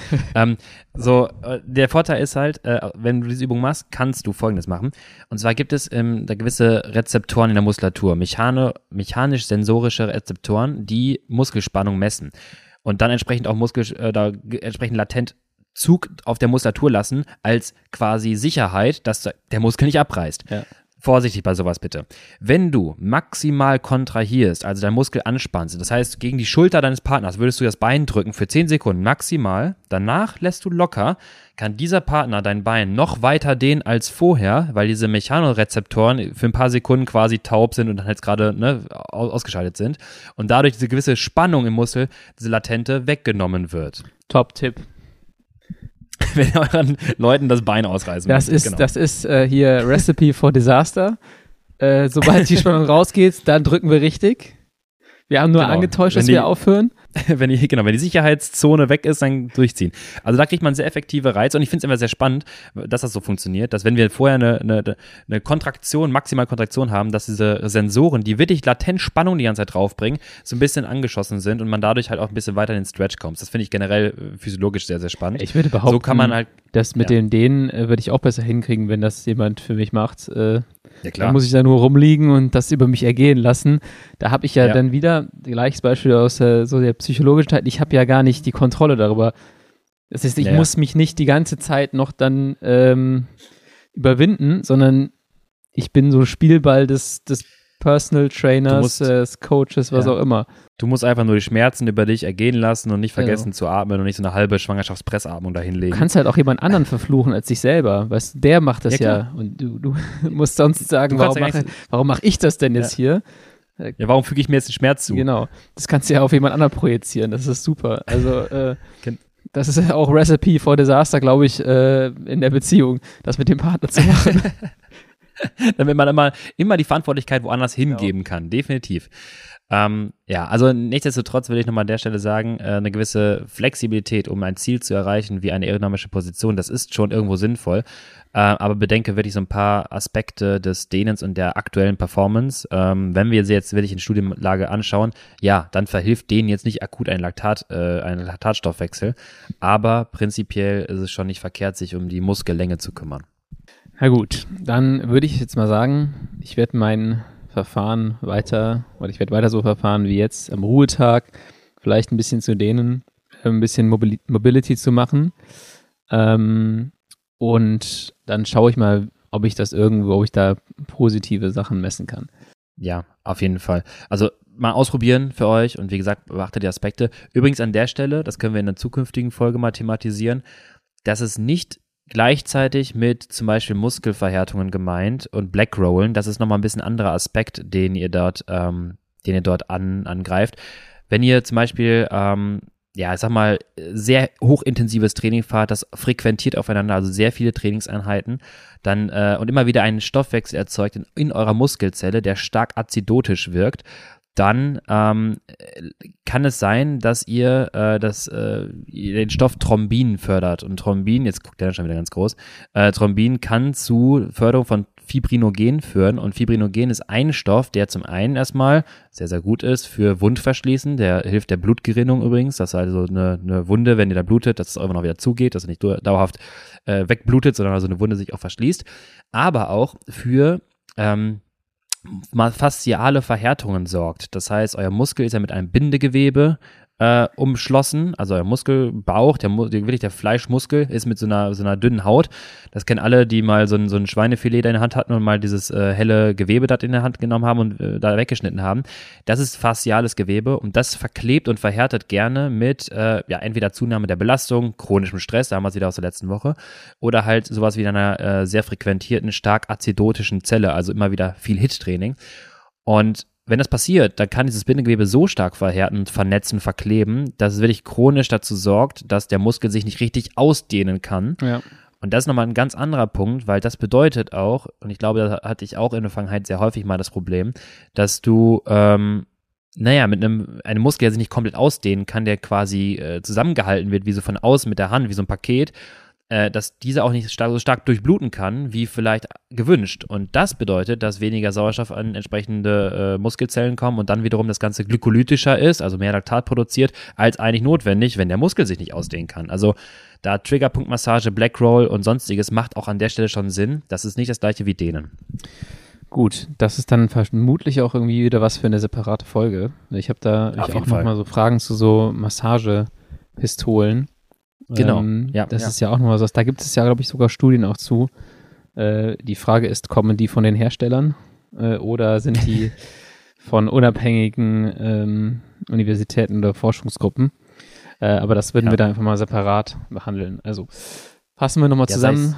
A: Der Vorteil ist halt, wenn du diese Übung machst, kannst du Folgendes machen. Und zwar gibt es da gewisse Rezeptoren in der Muskulatur, mechanisch-sensorische Rezeptoren, die Muskelspannung messen. Und dann entsprechend auch entsprechend latent Zug auf der Muskulatur lassen, als quasi Sicherheit, dass der Muskel nicht abreißt. Ja. Vorsichtig bei sowas bitte. Wenn du maximal kontrahierst, also dein Muskel anspannst, das heißt gegen die Schulter deines Partners würdest du das Bein drücken für 10 Sekunden maximal, danach lässt du locker, kann dieser Partner dein Bein noch weiter dehnen als vorher, weil diese Mechanorezeptoren für ein paar Sekunden quasi taub sind und dann jetzt gerade ausgeschaltet sind und dadurch diese gewisse Spannung im Muskel, diese latente, weggenommen wird.
B: Top-Tipp.
A: Wenn ihr euren Leuten das Bein ausreißen
B: das ist hier Recipe for Disaster. Sobald die Spannung rausgeht, dann drücken wir richtig. Wir haben nur angetäuscht, dass wir aufhören.
A: Wenn die Sicherheitszone weg ist, dann durchziehen. Also da kriegt man sehr effektive Reize und ich finde es immer sehr spannend, dass das so funktioniert, dass wenn wir vorher eine Kontraktion, maximal Kontraktion haben, dass diese Sensoren, die wirklich latent Spannung die ganze Zeit draufbringen, so ein bisschen angeschossen sind und man dadurch halt auch ein bisschen weiter in den Stretch kommt. Das finde ich generell physiologisch sehr, sehr spannend.
B: Ich würde behaupten,
A: so kann man halt,
B: das mit den Dehnen würde ich auch besser hinkriegen, wenn das jemand für mich macht.
A: Ja, klar.
B: Dann muss ich da nur rumliegen und das über mich ergehen lassen. Da habe ich ja dann wieder gleiches Beispiel aus so der psychologischen Teil. Ich habe ja gar nicht die Kontrolle darüber. Das heißt, ich muss mich nicht die ganze Zeit noch dann überwinden, sondern ich bin so Spielball des Personal Trainers, des Coaches, was auch immer.
A: Du musst einfach nur die Schmerzen über dich ergehen lassen und nicht vergessen zu atmen und nicht so eine halbe Schwangerschaftspressatmung dahinlegen.
B: Du kannst halt auch jemand anderen verfluchen als dich selber. Weißt du, der macht das ja. Und du musst sonst sagen, warum mache ich das denn jetzt hier?
A: Ja, warum füge ich mir jetzt den Schmerz zu?
B: Genau. Das kannst du ja auf jemand anderen projizieren. Das ist super. Also, das ist ja auch Recipe for Disaster, glaube ich, in der Beziehung, das mit dem Partner zu machen.
A: Damit man immer die Verantwortlichkeit woanders hingeben kann, definitiv. Also nichtsdestotrotz will ich nochmal an der Stelle sagen, eine gewisse Flexibilität, um ein Ziel zu erreichen, wie eine aerodynamische Position, das ist schon irgendwo sinnvoll, aber bedenke wirklich so ein paar Aspekte des Dehnens und der aktuellen Performance. Wenn wir sie jetzt wirklich in Studienlage anschauen, ja, dann verhilft denen jetzt nicht akut ein Laktatstoffwechsel, aber prinzipiell ist es schon nicht verkehrt, sich um die Muskellänge zu kümmern.
B: Na gut, dann würde ich jetzt mal sagen, ich werde mein Verfahren weiter so verfahren wie jetzt am Ruhetag, vielleicht ein bisschen zu dehnen, ein bisschen Mobility zu machen und dann schaue ich mal, ob ich da positive Sachen messen kann.
A: Ja, auf jeden Fall. Also mal ausprobieren für euch und wie gesagt, beachtet die Aspekte. Übrigens an der Stelle, das können wir in einer zukünftigen Folge mal thematisieren, dass es nicht gleichzeitig mit zum Beispiel Muskelverhärtungen gemeint und Blackrollen, das ist nochmal ein bisschen anderer Aspekt, den ihr dort angreift. Wenn ihr zum Beispiel, sehr hochintensives Training fahrt, das frequentiert aufeinander, also sehr viele Trainingseinheiten, dann und immer wieder einen Stoffwechsel erzeugt in eurer Muskelzelle, der stark azidotisch wirkt, dann kann es sein, dass ihr den Stoff Thrombin fördert. Und Thrombin, jetzt guckt der schon wieder ganz groß, Thrombin kann zu Förderung von Fibrinogen führen. Und Fibrinogen ist ein Stoff, der zum einen erstmal sehr, sehr gut ist für Wundverschließen. Der hilft der Blutgerinnung übrigens. Das ist also eine Wunde, wenn ihr da blutet, dass es irgendwann auch wieder zugeht, dass es nicht dauerhaft wegblutet, sondern also eine Wunde sich auch verschließt. Aber auch für fasziale Verhärtungen sorgt. Das heißt, euer Muskel ist ja mit einem Bindegewebe umschlossen, also euer Muskelbauch, wirklich der Fleischmuskel ist mit so einer dünnen Haut. Das kennen alle, die mal so ein Schweinefilet in der Hand hatten und mal dieses helle Gewebe da in der Hand genommen haben und da weggeschnitten haben. Das ist fasziales Gewebe und das verklebt und verhärtet gerne mit entweder Zunahme der Belastung, chronischem Stress, da haben wir es wieder aus der letzten Woche, oder halt sowas wie einer sehr frequentierten, stark azidotischen Zelle, also immer wieder viel HIIT-Training. Und wenn das passiert, dann kann dieses Bindegewebe so stark verhärten, vernetzen, verkleben, dass es wirklich chronisch dazu sorgt, dass der Muskel sich nicht richtig ausdehnen kann.
B: Ja.
A: Und das ist nochmal ein ganz anderer Punkt, weil das bedeutet auch, und ich glaube, da hatte ich auch in der Vergangenheit sehr häufig mal das Problem, dass du, mit einem Muskel, der sich nicht komplett ausdehnen kann, der quasi zusammengehalten wird, wie so von außen mit der Hand, wie so ein Paket, dass dieser auch nicht so stark durchbluten kann, wie vielleicht gewünscht. Und das bedeutet, dass weniger Sauerstoff an entsprechende Muskelzellen kommen und dann wiederum das Ganze glykolytischer ist, also mehr Laktat produziert, als eigentlich notwendig, wenn der Muskel sich nicht ausdehnen kann. Also da Triggerpunktmassage, Black Roll und sonstiges macht auch an der Stelle schon Sinn. Das ist nicht das gleiche wie Dehnen.
B: Gut, das ist dann vermutlich auch irgendwie wieder was für eine separate Folge. Ich habe da auch nochmal so Fragen zu so Massagepistolen.
A: Genau,
B: das ist ja auch noch was. Da gibt es ja, glaube ich, sogar Studien auch zu. Die Frage ist, kommen die von den Herstellern oder sind die von unabhängigen Universitäten oder Forschungsgruppen? Aber das würden wir da einfach mal separat behandeln. Also fassen wir nochmal zusammen.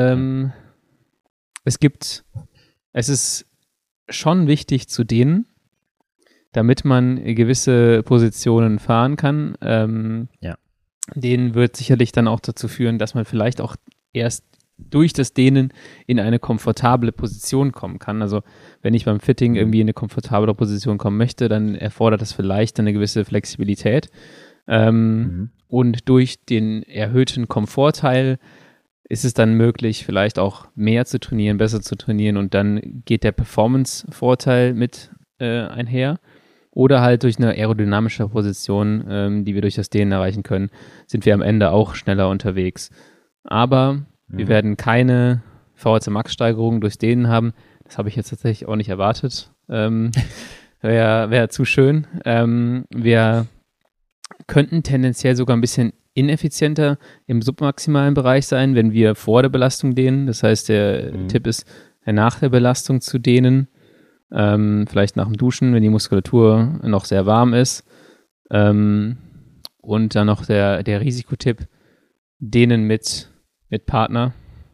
B: Es ist schon wichtig zu dehnen, damit man gewisse Positionen fahren kann. Den wird sicherlich dann auch dazu führen, dass man vielleicht auch erst durch das Dehnen in eine komfortable Position kommen kann. Also wenn ich beim Fitting irgendwie in eine komfortable Position kommen möchte, dann erfordert das vielleicht eine gewisse Flexibilität. Und durch den erhöhten Komfortteil ist es dann möglich, vielleicht auch mehr zu trainieren, besser zu trainieren und dann geht der Performance-Vorteil mit einher. Oder halt durch eine aerodynamische Position, die wir durch das Dehnen erreichen können, sind wir am Ende auch schneller unterwegs. Aber wir werden keine VHC-Max-Steigerung durchs Dehnen haben. Das habe ich jetzt tatsächlich auch nicht erwartet. Wäre zu schön. Wir könnten tendenziell sogar ein bisschen ineffizienter im submaximalen Bereich sein, wenn wir vor der Belastung dehnen. Das heißt, der Tipp ist, nach der Belastung zu dehnen. Vielleicht nach dem Duschen, wenn die Muskulatur noch sehr warm ist. Und dann noch der Risikotipp, dehnen mit Partner.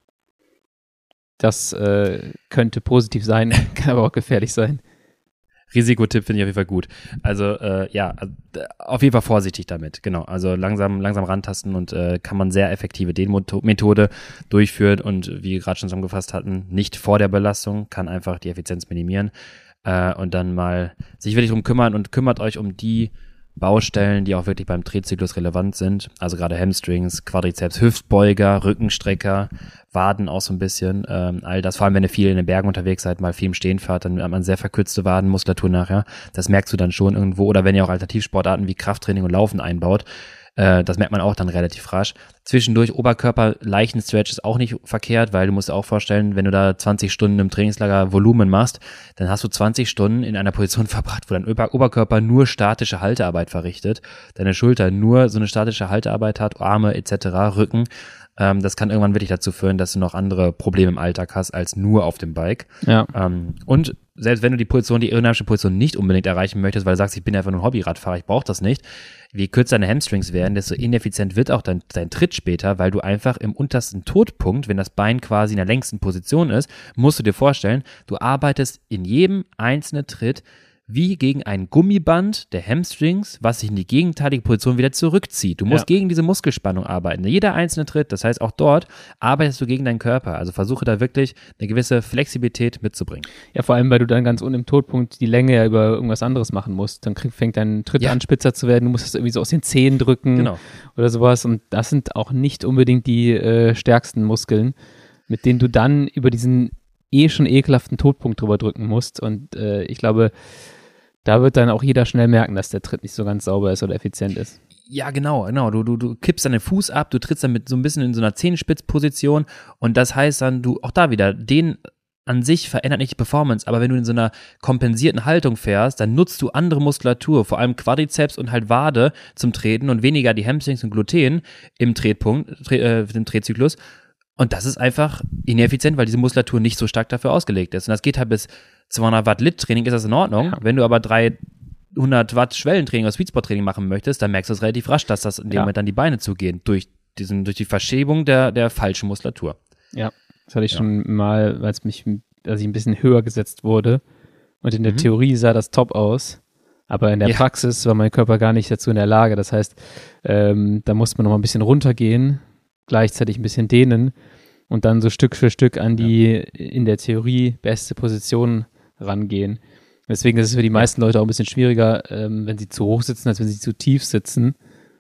B: Das könnte positiv sein, kann aber auch gefährlich sein.
A: Risikotipp finde ich auf jeden Fall gut. Also auf jeden Fall vorsichtig damit, genau. Also langsam rantasten und kann man sehr effektive Dehnmethode durchführen und wie wir gerade schon zusammengefasst hatten, nicht vor der Belastung, kann einfach die Effizienz minimieren und dann mal sich wirklich drum kümmern und kümmert euch um die Baustellen, die auch wirklich beim Drehzyklus relevant sind. Also gerade Hamstrings, Quadrizeps, Hüftbeuger, Rückenstrecker, Waden auch so ein bisschen. All das, vor allem wenn ihr viel in den Bergen unterwegs seid, mal viel im Stehen fahrt, dann hat man sehr verkürzte Wadenmuskulatur nachher. Das merkst du dann schon irgendwo. Oder wenn ihr auch Alternativsportarten wie Krafttraining und Laufen einbaut, das merkt man auch dann relativ rasch. Zwischendurch Oberkörper, leichten Stretch ist auch nicht verkehrt, weil du musst dir auch vorstellen, wenn du da 20 Stunden im Trainingslager Volumen machst, dann hast du 20 Stunden in einer Position verbracht, wo dein Oberkörper nur statische Haltearbeit verrichtet, deine Schulter nur so eine statische Haltearbeit hat, Arme etc., Rücken. Das kann irgendwann wirklich dazu führen, dass du noch andere Probleme im Alltag hast, als nur auf dem Bike.
B: Ja.
A: Und selbst wenn du die aerodynamische Position nicht unbedingt erreichen möchtest, weil du sagst, ich bin einfach nur ein Hobbyradfahrer, ich brauche das nicht, je kürzer deine Hamstrings werden, desto ineffizient wird auch dein Tritt später, weil du einfach im untersten Todpunkt, wenn das Bein quasi in der längsten Position ist, musst du dir vorstellen, du arbeitest in jedem einzelnen Tritt wie gegen ein Gummiband der Hamstrings, was sich in die gegenteilige Position wieder zurückzieht. Du musst gegen diese Muskelspannung arbeiten. Jeder einzelne Tritt, das heißt auch dort arbeitest du gegen deinen Körper. Also versuche da wirklich eine gewisse Flexibilität mitzubringen.
B: Ja, vor allem, weil du dann ganz unten im Todpunkt die Länge ja über irgendwas anderes machen musst. Dann fängt dein Tritt an, spitzer zu werden. Du musst es irgendwie so aus den Zehen drücken oder sowas. Und das sind auch nicht unbedingt die stärksten Muskeln, mit denen du dann über diesen schon ekelhaften Todpunkt drüber drücken musst. Und ich glaube, da wird dann auch jeder schnell merken, dass der Tritt nicht so ganz sauber ist oder effizient ist.
A: Ja, genau. Du kippst dann den Fuß ab, du trittst dann mit so ein bisschen in so einer Zehenspitzposition und das heißt dann, auch da wieder, den an sich verändert nicht die Performance, aber wenn du in so einer kompensierten Haltung fährst, dann nutzt du andere Muskulatur, vor allem Quadrizeps und halt Wade zum Treten und weniger die Hamstrings und Gluten im im Tretzyklus. Und das ist einfach ineffizient, weil diese Muskulatur nicht so stark dafür ausgelegt ist. Und das geht halt bis 200 Watt Lit-Training, ist das in Ordnung. Ja. Wenn du aber 300 Watt Schwellentraining oder Sweetspot-Training machen möchtest, dann merkst du es relativ rasch, dass das in dem Moment dann die Beine zugehen, durch die Verschiebung der falschen Muskulatur.
B: Ja, das hatte ich schon mal, als ich ein bisschen höher gesetzt wurde. Und in der Theorie sah das top aus. Aber in der Praxis war mein Körper gar nicht dazu in der Lage. Das heißt, da musste man noch mal ein bisschen runtergehen, gleichzeitig ein bisschen dehnen und dann so Stück für Stück an die in der Theorie beste Position rangehen. Deswegen ist es für die meisten Leute auch ein bisschen schwieriger, wenn sie zu hoch sitzen, als wenn sie zu tief sitzen,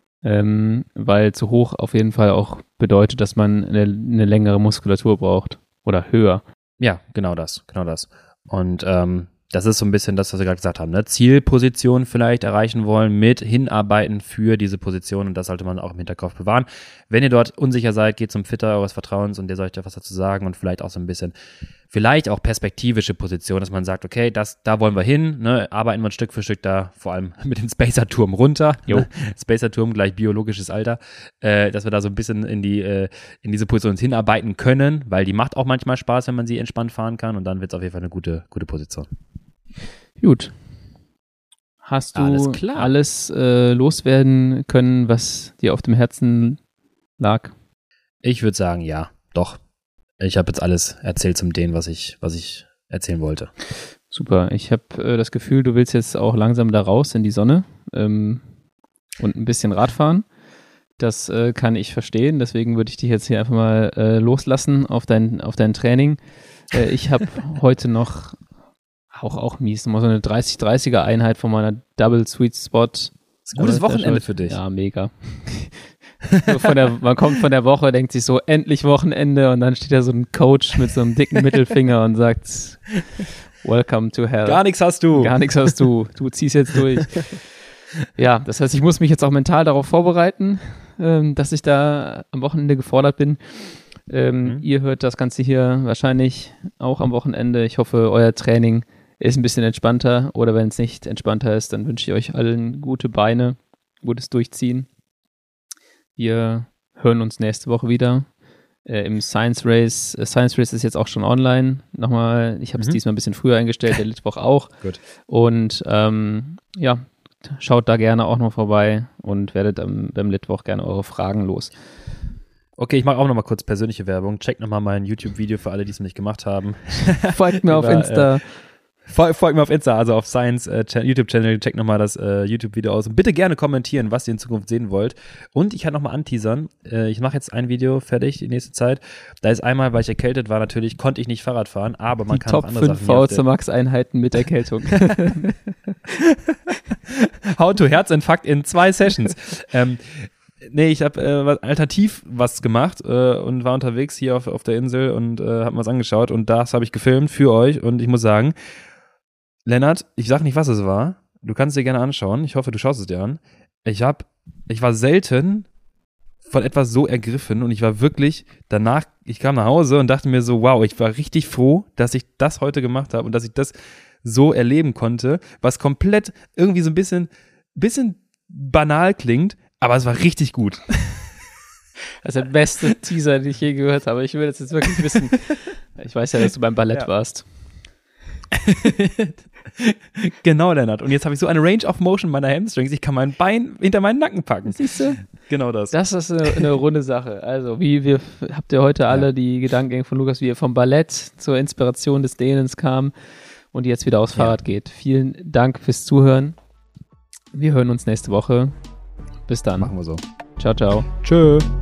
B: weil zu hoch auf jeden Fall auch bedeutet, dass man eine längere Muskulatur braucht oder höher.
A: Ja, genau das. Und das ist so ein bisschen das, was wir gerade gesagt haben, ne? Zielposition vielleicht erreichen wollen, mit hinarbeiten für diese Position und das sollte man auch im Hinterkopf bewahren. Wenn ihr dort unsicher seid, geht zum Fitter eures Vertrauens und der soll euch da was dazu sagen und vielleicht auch so ein bisschen, vielleicht auch perspektivische Position, dass man sagt, okay, da wollen wir hin, ne? Arbeiten wir ein Stück für Stück da, vor allem mit dem Spacer-Turm runter, ne? Spacer-Turm gleich biologisches Alter, dass wir da so ein bisschen in diese Position hinarbeiten können, weil die macht auch manchmal Spaß, wenn man sie entspannt fahren kann und dann wird es auf jeden Fall eine gute Position.
B: Gut. Hast du alles loswerden können, was dir auf dem Herzen lag?
A: Ich würde sagen, ja, doch. Ich habe jetzt alles erzählt zum Dehnen, was ich erzählen wollte.
B: Super. Ich habe das Gefühl, du willst jetzt auch langsam da raus in die Sonne und ein bisschen Radfahren. Das kann ich verstehen. Deswegen würde ich dich jetzt hier einfach mal loslassen auf dein Training. Ich habe heute noch auch mies, nochmal so eine 30-30er Einheit von meiner Double Sweet Spot.
A: Das ist ein gutes Wochenende für dich.
B: Ja, mega. Man kommt von der Woche, denkt sich so, endlich Wochenende und dann steht da so ein Coach mit so einem dicken Mittelfinger und sagt, welcome to hell.
A: Gar nichts hast du.
B: Du ziehst jetzt durch. Ja, das heißt, ich muss mich jetzt auch mental darauf vorbereiten, dass ich da am Wochenende gefordert bin. Ihr hört das Ganze hier wahrscheinlich auch am Wochenende. Ich hoffe, euer Training ist ein bisschen entspannter oder wenn es nicht entspannter ist, dann wünsche ich euch allen gute Beine, gutes Durchziehen. Wir hören uns nächste Woche wieder im Science Race. Science Race ist jetzt auch schon online. Nochmal, ich habe es diesmal ein bisschen früher eingestellt, der Litwoch auch.
A: Gut.
B: Und schaut da gerne auch noch vorbei und werdet beim Litwoch gerne eure Fragen los.
A: Okay, ich mache auch nochmal kurz persönliche Werbung. Checkt nochmal mein YouTube-Video für alle, die es noch nicht gemacht haben.
B: Folgt mir auf Insta.
A: Folgt mir auf Insta, also auf Science YouTube-Channel, checkt nochmal das YouTube-Video aus und bitte gerne kommentieren, was ihr in Zukunft sehen wollt. Und ich kann nochmal anteasern, ich mache jetzt ein Video fertig die nächste Zeit. Da ist einmal, weil ich erkältet war natürlich, konnte ich nicht Fahrrad fahren, aber man kann auch andere Sachen.
B: Die Top 5 VO2 Max Einheiten mit Erkältung.
A: How to Herzinfarkt in 2 Sessions. Nee, ich habe alternativ was gemacht und war unterwegs hier auf der Insel und habe mir was angeschaut und das habe ich gefilmt für euch und ich muss sagen, Lennart, ich sag nicht, was es war. Du kannst es dir gerne anschauen. Ich hoffe, du schaust es dir an. Ich war selten von etwas so ergriffen und ich war wirklich danach, ich kam nach Hause und dachte mir so, wow, ich war richtig froh, dass ich das heute gemacht habe und dass ich das so erleben konnte, was komplett irgendwie so ein bisschen banal klingt, aber es war richtig gut.
B: Das ist der beste Teaser, den ich je gehört habe. Ich will das jetzt wirklich wissen. Ich weiß ja, dass du beim Ballett warst.
A: Genau, Lennart. Und jetzt habe ich so eine Range of Motion meiner Hamstrings. Ich kann mein Bein hinter meinen Nacken packen.
B: Siehst du?
A: Genau das.
B: Das ist eine runde Sache. Also, habt ihr heute alle die Gedankengänge von Lukas, wie er vom Ballett zur Inspiration des Dehnens kam und jetzt wieder aufs Fahrrad geht. Vielen Dank fürs Zuhören. Wir hören uns nächste Woche. Bis dann.
A: Machen wir so.
B: Ciao, ciao.
A: Tschö.